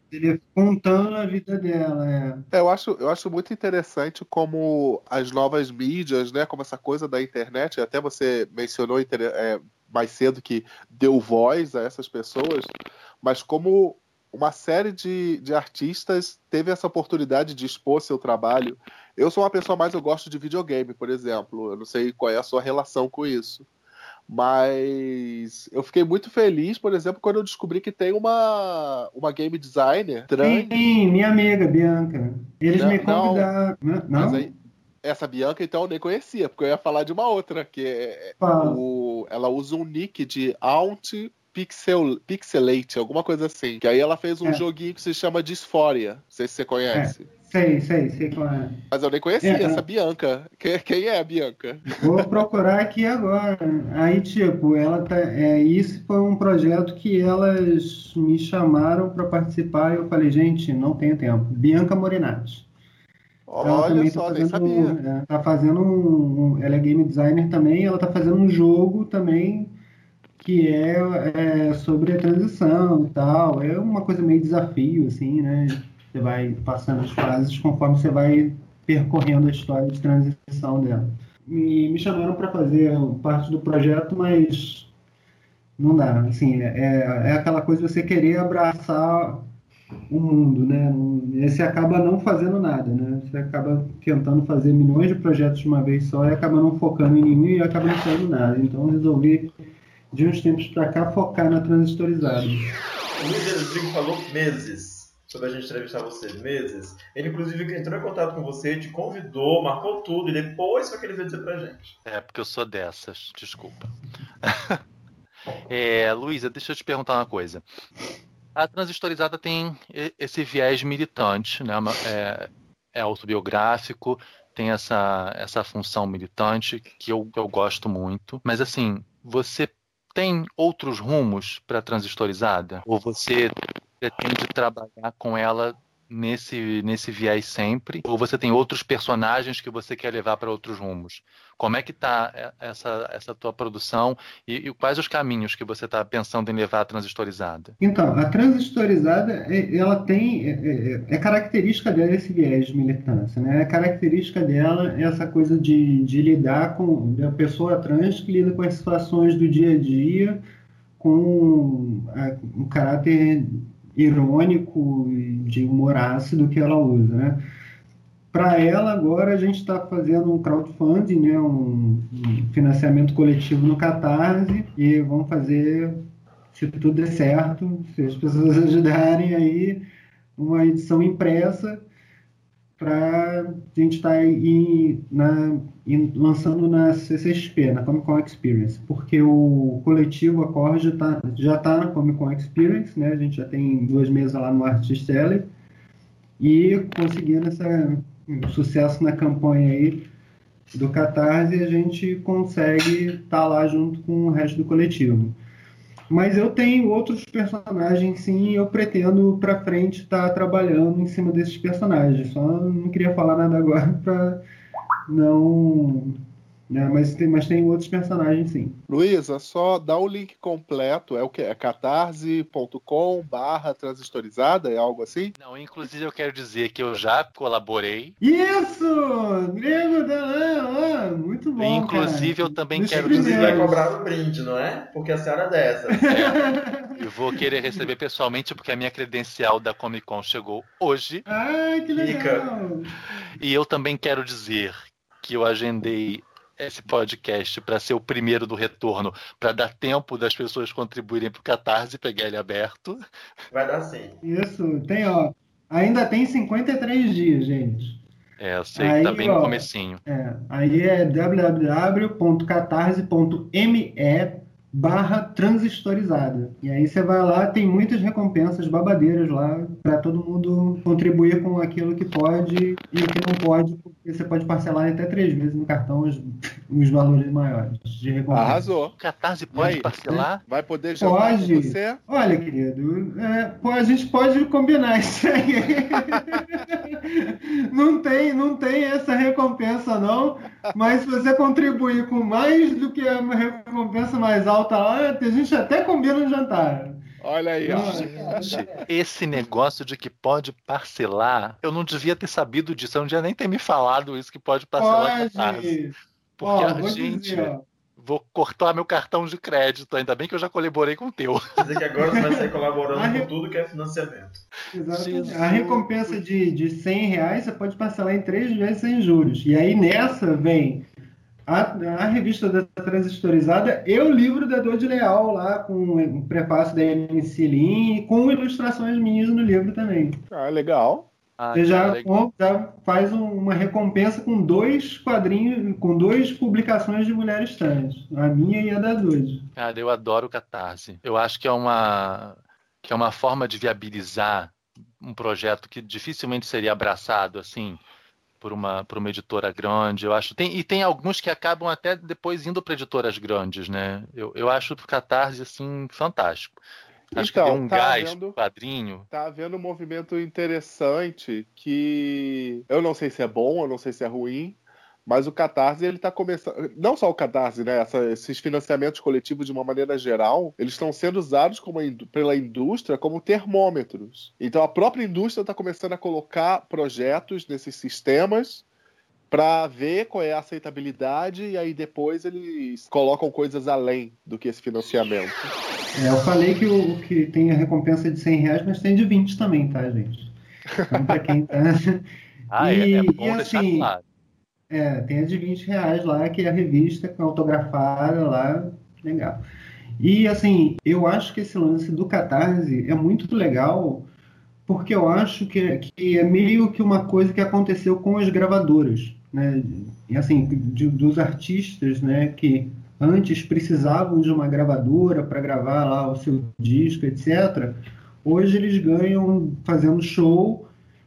Ele contando a vida dela, Eu acho muito interessante como as novas mídias, né, como essa coisa da internet, até você mencionou mais cedo que deu voz a essas pessoas, mas como uma série de artistas teve essa oportunidade de expor seu trabalho. Eu sou uma pessoa eu gosto de videogame, por exemplo. Eu não sei qual é a sua relação com isso. Mas eu fiquei muito feliz, por exemplo, quando eu descobri que tem uma game designer trans. Sim, minha amiga, Bianca. Eles me Não, convidaram. mas Não? aí, essa Bianca, então, eu nem conhecia, porque eu ia falar de uma outra, Fala. ela usa um nick de Aunt Pixelate, alguma coisa assim. Que aí ela fez um joguinho que se chama Dysphoria. Não sei se você conhece. Sei qual é. Mas eu nem conhecia essa Bianca. Quem é a Bianca? Vou procurar aqui agora. Aí, tipo, ela tá. Isso foi um projeto que elas me chamaram para participar e eu falei, gente, não tenho tempo. Bianca Morinati. Ela Olha também só, nem sabia. tá fazendo ela é game designer também, ela tá fazendo um jogo também que é sobre a transição e tal. É uma coisa meio desafio, assim, né? Você vai passando as fases conforme você vai percorrendo a história de transição dela. Me chamaram para fazer parte do projeto, mas não dá. Assim, é aquela coisa de você querer abraçar o mundo, né? E você acaba não fazendo nada, né? Você acaba tentando fazer milhões de projetos de uma vez só e acaba não focando em nenhum e acaba não fazendo nada. Então eu resolvi, de uns tempos para cá, focar na transistorizada. O Luiz Rodrigo falou meses sobre a gente entrevistar você, meses. Ele, inclusive, entrou em contato com você, te convidou, marcou tudo, e depois foi que ele veio dizer pra gente. Porque eu sou dessas, desculpa. Luísa, deixa eu te perguntar uma coisa. A transistorizada tem esse viés militante, né? É autobiográfico, tem essa função militante que eu gosto muito. Mas, assim, você tem outros rumos para a transistorizada? Ou você pretende trabalhar com ela nesse viés sempre? Ou você tem outros personagens que você quer levar para outros rumos? Como é que está essa tua produção e quais os caminhos que você está pensando em levar a transistorizada? Então, a transistorizada, ela tem... É característica dela esse viés de militância, né? É característica dela essa coisa de lidar com a pessoa trans que lida com as situações do dia a dia com um caráter irônico e de humor ácido que ela usa, né? Para ela, agora, a gente está fazendo um crowdfunding, né? um financiamento coletivo no Catarse, e vamos fazer, se tudo der certo, se as pessoas ajudarem aí, uma edição impressa para a gente estar lançando na CCXP, na Comic Con Experience, porque o coletivo Acorde já está na Comic Con Experience, né? A gente já tem 2 mesas lá no Artist Alley, e conseguindo sucesso na campanha aí do Catarse, a gente consegue estar lá junto com o resto do coletivo. Mas eu tenho outros personagens, sim, e eu pretendo para frente estar trabalhando em cima desses personagens. Só não queria falar nada agora para não... Mas tem outros personagens, sim. Luísa, só dá o link completo. É o que? É catarse.com/transistorizada? É algo assim? Não, inclusive eu quero dizer que eu já colaborei. Isso! Grego da muito bom, inclusive, cara. Eu também Deixa quero Inclusive dizer... vai cobrar o brinde, não é? Porque a senhora é dessa. Eu vou querer receber pessoalmente, porque a minha credencial da Comic Con chegou hoje. Ai, que legal! E eu também quero dizer que eu agendei esse podcast para ser o primeiro do retorno, para dar tempo das pessoas contribuírem para o Catarse e pegar ele aberto. Vai dar sim. Isso, ainda tem 53 dias, gente. Eu sei que tá bem no comecinho. Aí é www.catarse.me/transistorizada. E aí você vai lá, tem muitas recompensas babadeiras lá para todo mundo contribuir com aquilo que pode e o que não pode, porque você pode parcelar até 3 vezes no cartão os valores maiores de recompensa. Arrasou. O Catarse pode parcelar? Vai poder jantar com você? Olha, querido, a gente pode combinar isso aí. Não tem essa recompensa, não. Mas se você contribuir com mais do que uma recompensa mais alta lá, a gente até combina um jantar. Olha aí, ó. Gente, esse negócio de que pode parcelar, eu não devia ter sabido disso, eu não devia nem ter me falado isso que pode parcelar Catarse. Pode. Porque Ó, a vou gente, dizer, ó. vou cortar meu cartão de crédito, ainda bem que eu já colaborei com o teu. Quer dizer que agora você vai sair colaborando Ah, com tudo que é financiamento. Exatamente. Jesus. A recompensa de R$ 100 você pode parcelar em 3 vezes sem juros. E aí nessa vem a revista da Transistorizada e o livro da Dor de Leal lá, com um prefácio da MC Lin e com ilustrações minhas no livro também. Ah, legal. Você já faz uma recompensa com 2 quadrinhos, com 2 publicações de mulheres trans, a minha e a da Dor. Cara, eu adoro o Catarse. Eu acho que é uma forma de viabilizar um projeto que dificilmente seria abraçado assim por uma editora grande. Eu acho tem alguns que acabam até depois indo para editoras grandes, né? Eu acho o Catarse assim fantástico. Acho que deu um gás pro quadrinho. Tá havendo um movimento interessante que eu não sei se é bom, eu não sei se é ruim, mas o Catarse, ele tá começando... Não só o Catarse, né? Esses financiamentos coletivos, de uma maneira geral, eles estão sendo usados pela indústria como termômetros. Então, a própria indústria está começando a colocar projetos nesses sistemas para ver qual é a aceitabilidade e aí depois eles colocam coisas além do que esse financiamento. Eu falei que tem a recompensa de R$ 100, mas tem de 20 também, tá, gente? Então, pra quem tá... É bom deixar assim, claro. Tem a de R$ 20 lá, que é a revista autografada lá, legal. E, assim, eu acho que esse lance do Catarse é muito legal, porque eu acho que é meio que uma coisa que aconteceu com as gravadoras, né? E, assim, dos artistas, né, que antes precisavam de uma gravadora para gravar lá o seu disco, etc. Hoje eles ganham fazendo show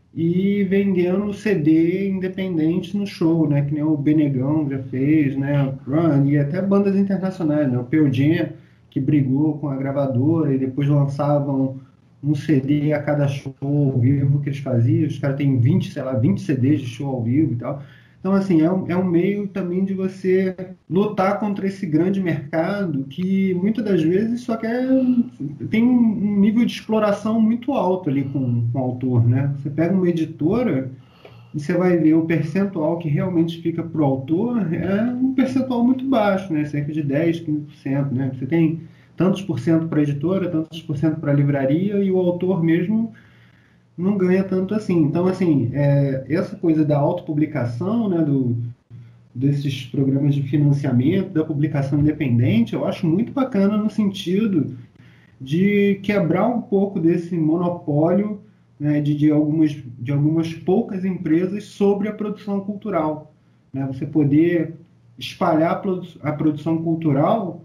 e vendendo CD independente no show, né? Que nem o Benegão já fez, né? O Run, e até bandas internacionais, né? O Pearl Jam, que brigou com a gravadora e depois lançavam um CD a cada show ao vivo que eles faziam. Os caras têm 20 CDs de show ao vivo e tal. Então, assim, é um meio também de você lutar contra esse grande mercado que, muitas das vezes, tem um nível de exploração muito alto ali com o autor, né? Você pega uma editora e você vai ver o percentual que realmente fica para o autor é um percentual muito baixo, né? Cerca de 10%, 15%, né? Você tem tantos por cento para a editora, tantos por cento para a livraria e o autor mesmo não ganha tanto assim. Então, assim, essa coisa da autopublicação, né, desses programas de financiamento, da publicação independente, eu acho muito bacana no sentido de quebrar um pouco desse monopólio, né, de algumas poucas empresas sobre a produção cultural, né? Você poder espalhar a produção cultural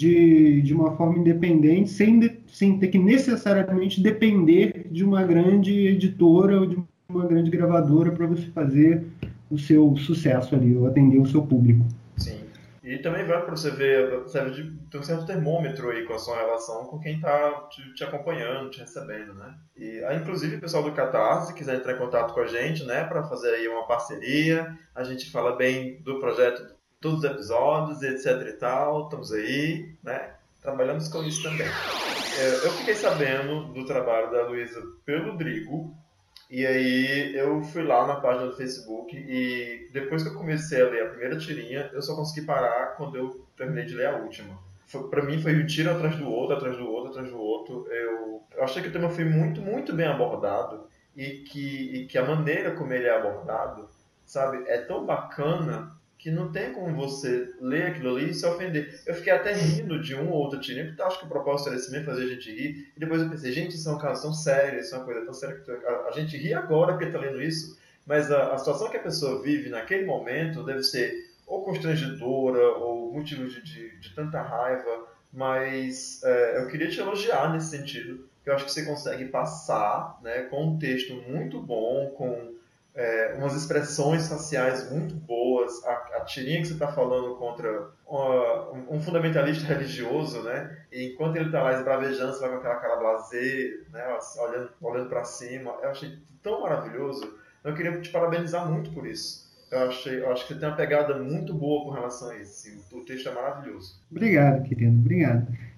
de uma forma independente, sem ter que necessariamente depender de uma grande editora ou de uma grande gravadora para você fazer o seu sucesso ali, ou atender o seu público. Sim. E também vai para você ver, serve de um certo termômetro aí com a sua relação com quem está te acompanhando, te recebendo, né? E aí, inclusive, o pessoal do Catarse quiser entrar em contato com a gente, né, para fazer aí uma parceria, a gente fala bem do projeto, todos os episódios, etc e tal, estamos aí, né? Trabalhamos com isso também. Eu fiquei sabendo do trabalho da Luísa pelo Drigo, e aí eu fui lá na página do Facebook e depois que eu comecei a ler a primeira tirinha, eu só consegui parar quando eu terminei de ler a última. Para mim foi um tiro atrás do outro, atrás do outro, atrás do outro. Eu achei que o tema foi muito, muito bem abordado e que a maneira como ele é abordado, sabe, é tão bacana que não tem como você ler aquilo ali e se ofender. Eu fiquei até rindo de um ou outro tirinho, porque eu acho que o propósito era esse mesmo, fazer a gente rir. E depois eu pensei, gente, isso é um caso tão sério, isso é uma coisa tão séria que a gente ri agora porque está lendo isso, mas a situação que a pessoa vive naquele momento deve ser ou constrangedora, ou motivo de tanta raiva, mas eu queria te elogiar nesse sentido, que eu acho que você consegue passar, né, com um texto muito bom, com umas expressões faciais muito boas, a tirinha que você está falando contra um fundamentalista religioso, né? E enquanto ele está lá esbravejando, você vai com aquela cara blasé, né? Olhando para cima, eu achei tão maravilhoso. Eu queria te parabenizar muito por isso. Eu acho que você tem uma pegada muito boa com relação a isso. Assim, o texto é maravilhoso. Obrigado, querido, obrigado.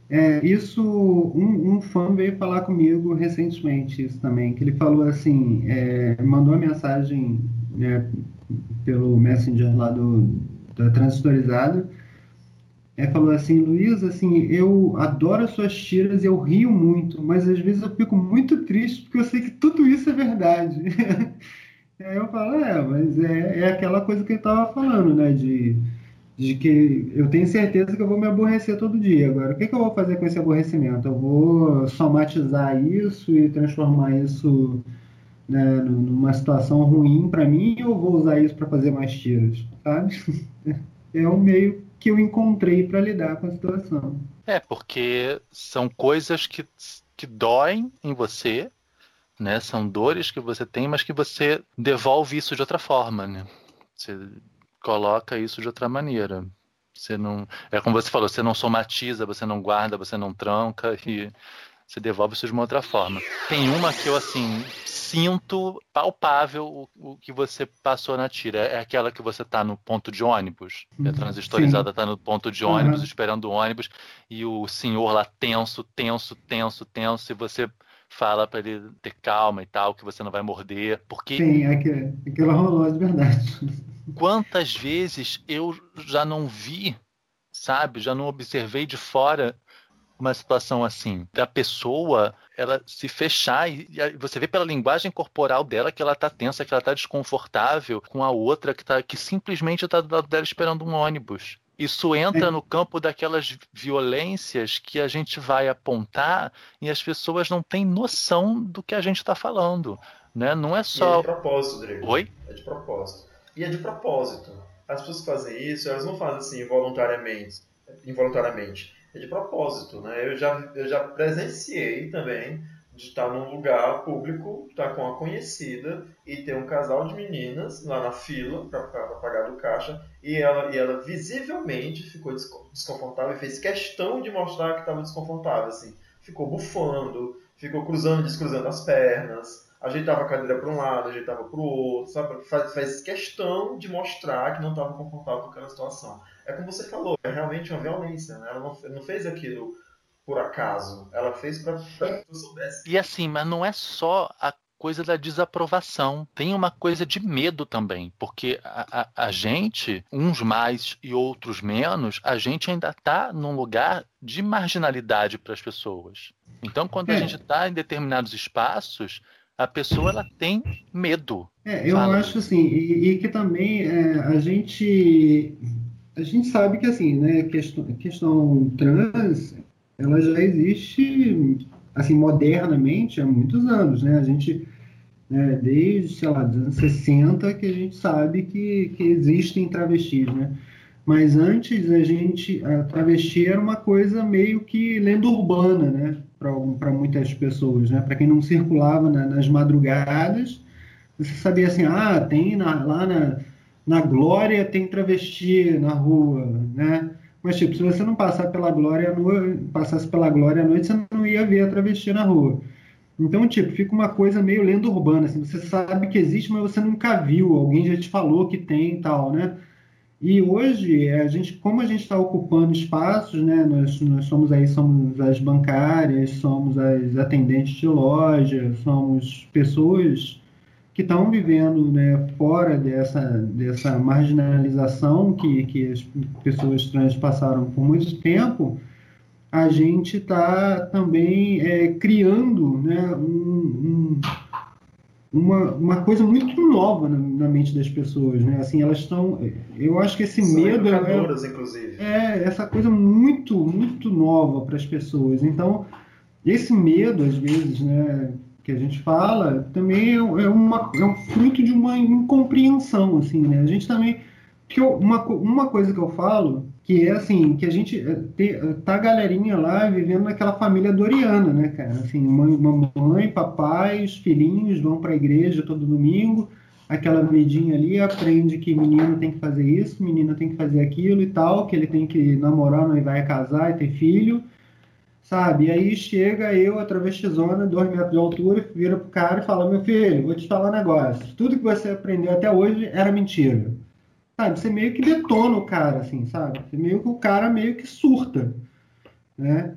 Isso, um fã veio falar comigo recentemente, isso também, que ele falou assim, mandou uma mensagem, né, pelo Messenger lá da Transistorizada, falou assim, Luiz, assim, eu adoro as suas tiras, eu rio muito, mas às vezes eu fico muito triste porque eu sei que tudo isso é verdade. Aí eu falo, mas é aquela coisa que ele estava falando, né, de que eu tenho certeza que eu vou me aborrecer todo dia. Agora, o que eu vou fazer com esse aborrecimento? Eu vou somatizar isso e transformar isso, né, numa situação ruim para mim, ou vou usar isso para fazer mais tiros, sabe? É um meio que eu encontrei para lidar com a situação. Porque são coisas que doem em você, né? São dores que você tem, mas que você devolve isso de outra forma, né? Você coloca isso de outra maneira. Você não, como você falou, você não somatiza, você não guarda, você não tranca e você devolve isso de uma outra forma. Tem uma que eu, assim, sinto palpável o que você passou na tira. É aquela que você tá no ponto de ônibus. A transistorizada tá no ponto de ônibus, esperando o ônibus, e o senhor lá tenso, e você fala para ele ter calma e tal, que você não vai morder. Porque... Sim, aquela rolou de verdade. Quantas vezes eu já não vi, sabe? Já não observei de fora uma situação assim, da pessoa ela se fechar e você vê pela linguagem corporal dela que ela tá tensa, que ela tá desconfortável com a outra que simplesmente tá do lado dela esperando um ônibus. Isso entra no campo daquelas violências que a gente vai apontar e as pessoas não têm noção do que a gente está falando, né? Não é só... E é de propósito, Rodrigo. Oi? É de propósito. E é de propósito. As pessoas que fazem isso, elas não fazem assim involuntariamente. É de propósito, né? Eu já presenciei também de estar num lugar público, estar com uma conhecida e ter um casal de meninas lá na fila para pagar do caixa e ela visivelmente ficou desconfortável e fez questão de mostrar que estava desconfortável, assim. Ficou bufando, ficou descruzando as pernas, ajeitava a cadeira para um lado, ajeitava para o outro, sabe? Faz questão de mostrar que não estava confortável com aquela situação. É como você falou, é realmente uma violência, né? Ela não fez aquilo por acaso, ela fez para que tu soubesse. E assim, mas não é só a coisa da desaprovação, tem uma coisa de medo também, porque a gente, uns mais e outros menos, a gente ainda está num lugar de marginalidade para as pessoas. Então, quando a gente está em determinados espaços, a pessoa ela tem medo. Eu acho assim, e que também a gente sabe que assim, né, questão trans, ela já existe assim modernamente há muitos anos, né? A gente, né, desde, sei lá, dos anos 60 que a gente sabe que existem travestis, né? Mas antes a travesti era uma coisa meio que lenda urbana, né? Para muitas pessoas, né? Para quem não circulava nas madrugadas, você sabia assim, tem lá na Glória tem travesti na rua, né? Mas, tipo, se você não passasse pela Glória à noite, você não ia ver a travesti na rua. Então, tipo, fica uma coisa meio lenda urbana, assim, você sabe que existe, mas você nunca viu, alguém já te falou que tem e tal, né? E hoje, como a gente está ocupando espaços, né? Nós somos as bancárias, somos as atendentes de loja, somos pessoas que estão vivendo, né, fora dessa marginalização que as pessoas trans passaram por muito tempo. A gente está também criando, né, uma coisa muito nova na mente das pessoas, né? Assim, elas estão... Eu acho que esse medo... Inclusive. Essa coisa muito, muito nova para as pessoas. Então, esse medo, às vezes, né, que a gente fala, também é um fruto de uma incompreensão, assim, né? A gente também... Uma coisa que eu falo, que é assim, que a gente tá a galerinha lá vivendo naquela família doriana, né, cara? Assim, mamãe, papai, os filhinhos vão para a igreja todo domingo, aquela vidinha ali aprende que menino tem que fazer isso, menina tem que fazer aquilo e tal, que ele tem que namorar, noivar e casar e ter filho, sabe? E aí chega eu, a travestizona, 2 metros de altura, vira pro cara e fala, meu filho, vou te falar um negócio, tudo que você aprendeu até hoje era mentira. Sabe, você meio que detona o cara, assim, sabe? O cara meio que surta, né?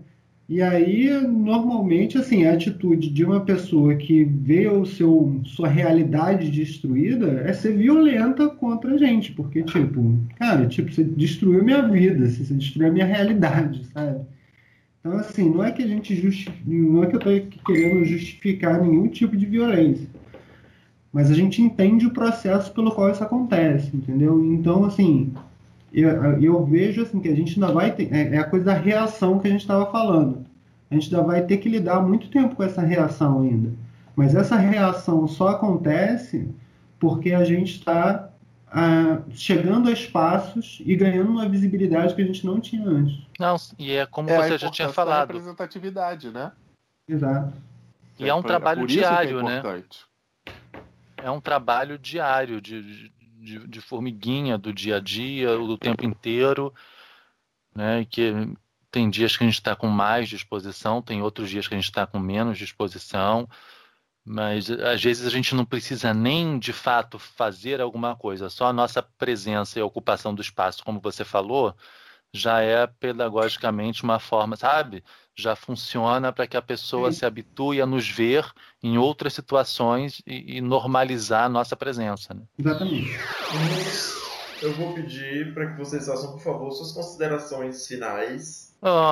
E aí, normalmente, assim, a atitude de uma pessoa que vê sua realidade destruída é ser violenta contra a gente, porque, tipo, cara, tipo, você destruiu minha vida, você destruiu a minha realidade, sabe? Então, assim, não é que não é que eu tô querendo justificar nenhum tipo de violência, mas a gente entende o processo pelo qual isso acontece, entendeu? Então, assim, eu vejo assim que a gente ainda vai ter, é a coisa da reação que a gente estava falando. A gente ainda vai ter que lidar muito tempo com essa reação ainda. Mas essa reação só acontece porque a gente está chegando a espaços e ganhando uma visibilidade que a gente não tinha antes. Não, e é como É a você já tinha importância da falado. representatividade, né? Exato. E é um trabalho por isso que é diário, né? importante. É um trabalho diário de formiguinha do dia a dia, do tempo inteiro, né? Que tem dias que a gente está com mais disposição, tem outros dias que a gente está com menos disposição, mas às vezes a gente não precisa nem de fato fazer alguma coisa, só a nossa presença e a ocupação do espaço, como você falou, já é pedagogicamente uma forma, sabe? Já funciona para que a pessoa se habitue a nos ver em outras situações e normalizar a nossa presença, né? Exatamente. Eu vou pedir para que vocês façam, por favor, suas considerações finais.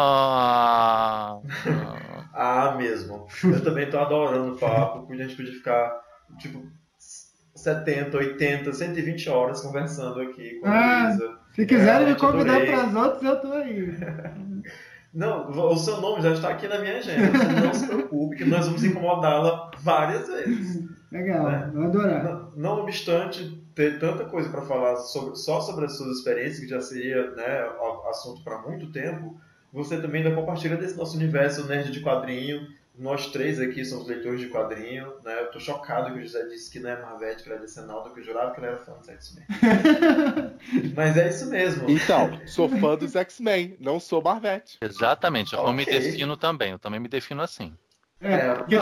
Mesmo. Eu também tô adorando o papo, porque a gente podia ficar, tipo, 70, 80, 120 horas conversando aqui com a Luísa. Se quiserem me convidar para as outras, eu tô aí. Não, o seu nome já está aqui na minha agenda. Não se preocupe, que nós vamos incomodá-la várias vezes. Legal, né? vou adorar. Não obstante ter tanta coisa para falar só sobre as suas experiências, que já seria, né, assunto para muito tempo, você também ainda compartilha desse nosso universo nerd de quadrinho. Nós três aqui somos leitores de quadrinho, né? Eu tô chocado que o José disse que não é Marvete, que ele é decenaldo, que eu jurava que ele era fã dos X-Men. Mas é isso mesmo. Então, sou fã dos X-Men, não sou Marvete. Exatamente, eu me defino também, eu também me defino assim. Porque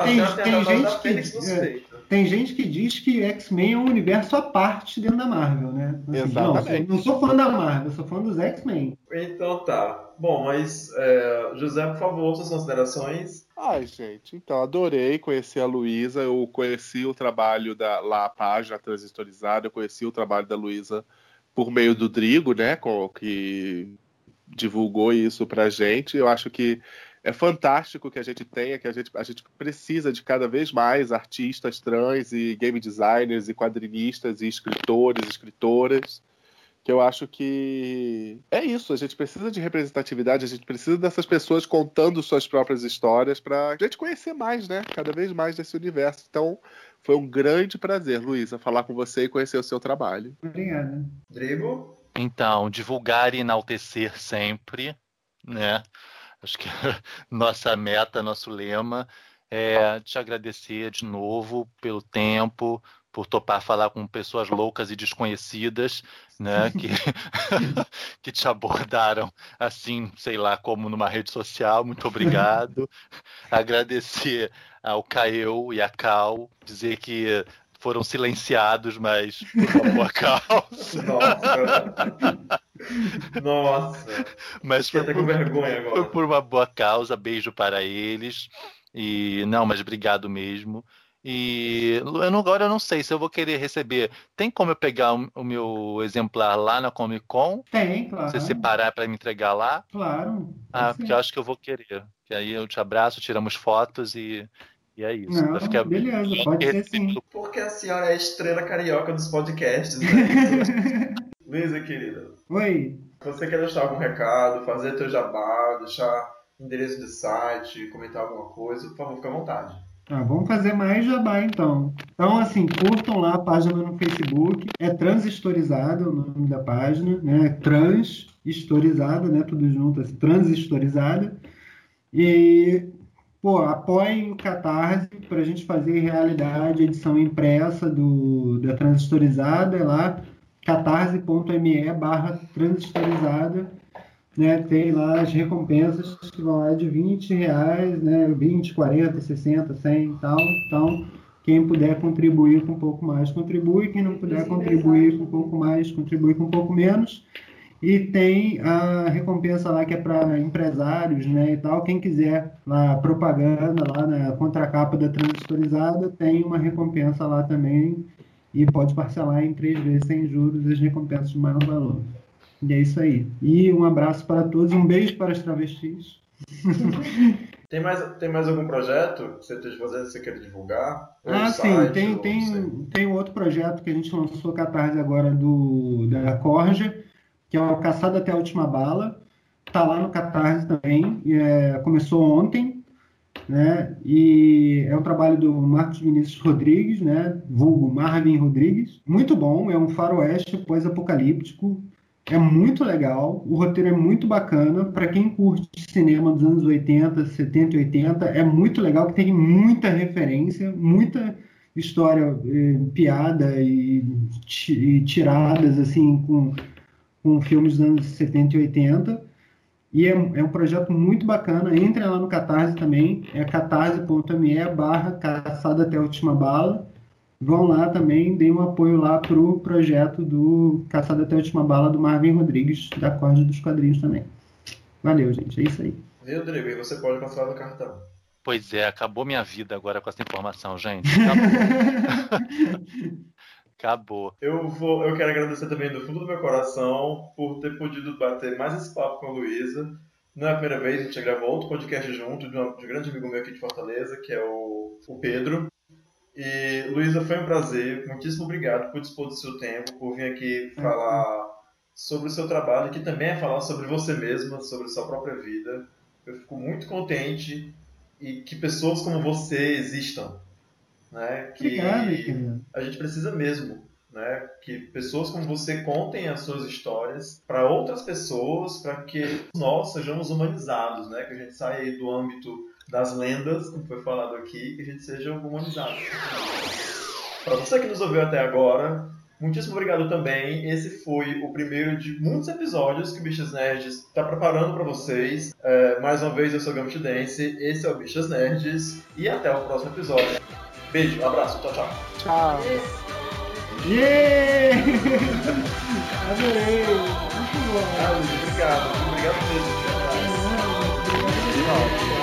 tem gente que diz que X-Men é um universo à parte dentro da Marvel, né? Assim, exatamente. Não sou fã da Marvel, sou fã dos X-Men. Então tá. Bom, mas José, por favor, suas considerações. Ai, gente, então, adorei conhecer a Luísa. Eu conheci o trabalho a página Transistorizada, eu conheci o trabalho da Luísa por meio do Drigo, né? Que divulgou isso pra gente. Eu acho que é fantástico que a gente tenha, que a gente precisa de cada vez mais artistas trans e game designers e quadrinistas e escritores, escritoras, que eu acho que é isso, a gente precisa de representatividade, a gente precisa dessas pessoas contando suas próprias histórias para a gente conhecer mais, né? Cada vez mais desse universo. Então, foi um grande prazer, Luísa, falar com você e conhecer o seu trabalho. Obrigada. Drigo? Então, divulgar e enaltecer sempre, né? Acho que nossa meta, nosso lema é te agradecer de novo pelo tempo, por topar falar com pessoas loucas e desconhecidas, né, que te abordaram assim, sei lá, como numa rede social. Muito obrigado. Agradecer ao Caio e à Cal, dizer que foram silenciados, mas por uma boa causa. Nossa. Mas fiquei até com vergonha agora. Foi por uma boa causa, beijo para eles. Mas obrigado mesmo. E agora eu não sei se eu vou querer receber. Tem como eu pegar o meu exemplar lá na Comic Con? Tem, claro. Você separar para me entregar lá? Claro. Porque eu acho que eu vou querer. Que aí eu te abraço, tiramos fotos e é isso. Não, beleza, pode ser sim. Porque a senhora é a estrela carioca dos podcasts, né? Luísa, querida. Oi. Você quer deixar algum recado, fazer teu jabá, deixar endereço de site, comentar alguma coisa? Por favor, fica à vontade. Vamos fazer mais jabá, então. Então, assim, curtam lá a página no Facebook. É Transistorizada o nome da página, né? Transistorizada, né? Tudo junto, assim, Transistorizada. E, apoiem o Catarse para a gente fazer realidade a edição impressa da Transistorizada. É lá, catarse.me/transistorizada. Né, tem lá as recompensas que vão lá de R$20, né, 20, 40, 60, 100 e tal. Então, quem puder contribuir com um pouco mais, contribui. Quem não puder contribuir com um pouco mais, contribui com um pouco menos. E tem a recompensa lá que é para empresários, né, e tal. Quem quiser lá propaganda lá na contracapa da Transistorizada, tem uma recompensa lá também e pode parcelar em 3 vezes sem juros as recompensas de maior valor. E é isso aí. E um abraço para todos, um beijo para as travestis. Tem mais algum projeto que você esteja fazendo, que você queira divulgar? Sim, tem um outro projeto que a gente lançou Catarse agora da Corja, que é o Caçado até a Última Bala. Está lá no Catarse também, começou ontem, né? E é um trabalho do Marcos Vinícius Rodrigues, né? Vulgo Marvin Rodrigues. Muito bom, é um faroeste pós-apocalíptico. É muito legal, o roteiro é muito bacana. Para quem curte cinema dos anos 80, 70 e 80, é muito legal, que tem muita referência, muita história, piada e tiradas assim, com filmes dos anos 70 e 80. E é um projeto muito bacana. Entrem lá no Catarse também, é catarse.me/caçada até a última bala. Vão lá também, deem um apoio lá pro projeto do Caçada até a Última Bala do Marvin Rodrigues, da Corda dos Quadrinhos também. Valeu, gente. É isso aí. Viu, Rodrigo? E você pode cancelar no cartão. Pois é, acabou minha vida agora com essa informação, gente. Acabou. Eu quero agradecer também do fundo do meu coração por ter podido bater mais esse papo com a Luísa. Não é a primeira vez, a gente já gravou outro podcast junto de um grande amigo meu aqui de Fortaleza, que é o Pedro. E, Luísa, foi um prazer. Muitíssimo obrigado por dispor do seu tempo, por vir aqui falar sobre o seu trabalho, que também é falar sobre você mesma, sobre sua própria vida. Eu fico muito contente e que pessoas como você existam, né? Que Obrigado, a gente precisa mesmo, né? Que pessoas como você contem as suas histórias para outras pessoas, para que nós sejamos humanizados, né? Que a gente saia aí do âmbito das lendas, como foi falado aqui, que a gente seja humanizado. Para você que nos ouviu até agora, muitíssimo obrigado também. Esse foi o primeiro de muitos episódios que o Bichas Nerds está preparando para vocês. Mais uma vez, eu sou o Gambit Dance, esse é o Bichas Nerds, e até o próximo episódio. Beijo, abraço, tchau, tchau. Tchau. Yeah! Adorei! Muito bom! Obrigado mesmo. Obrigado.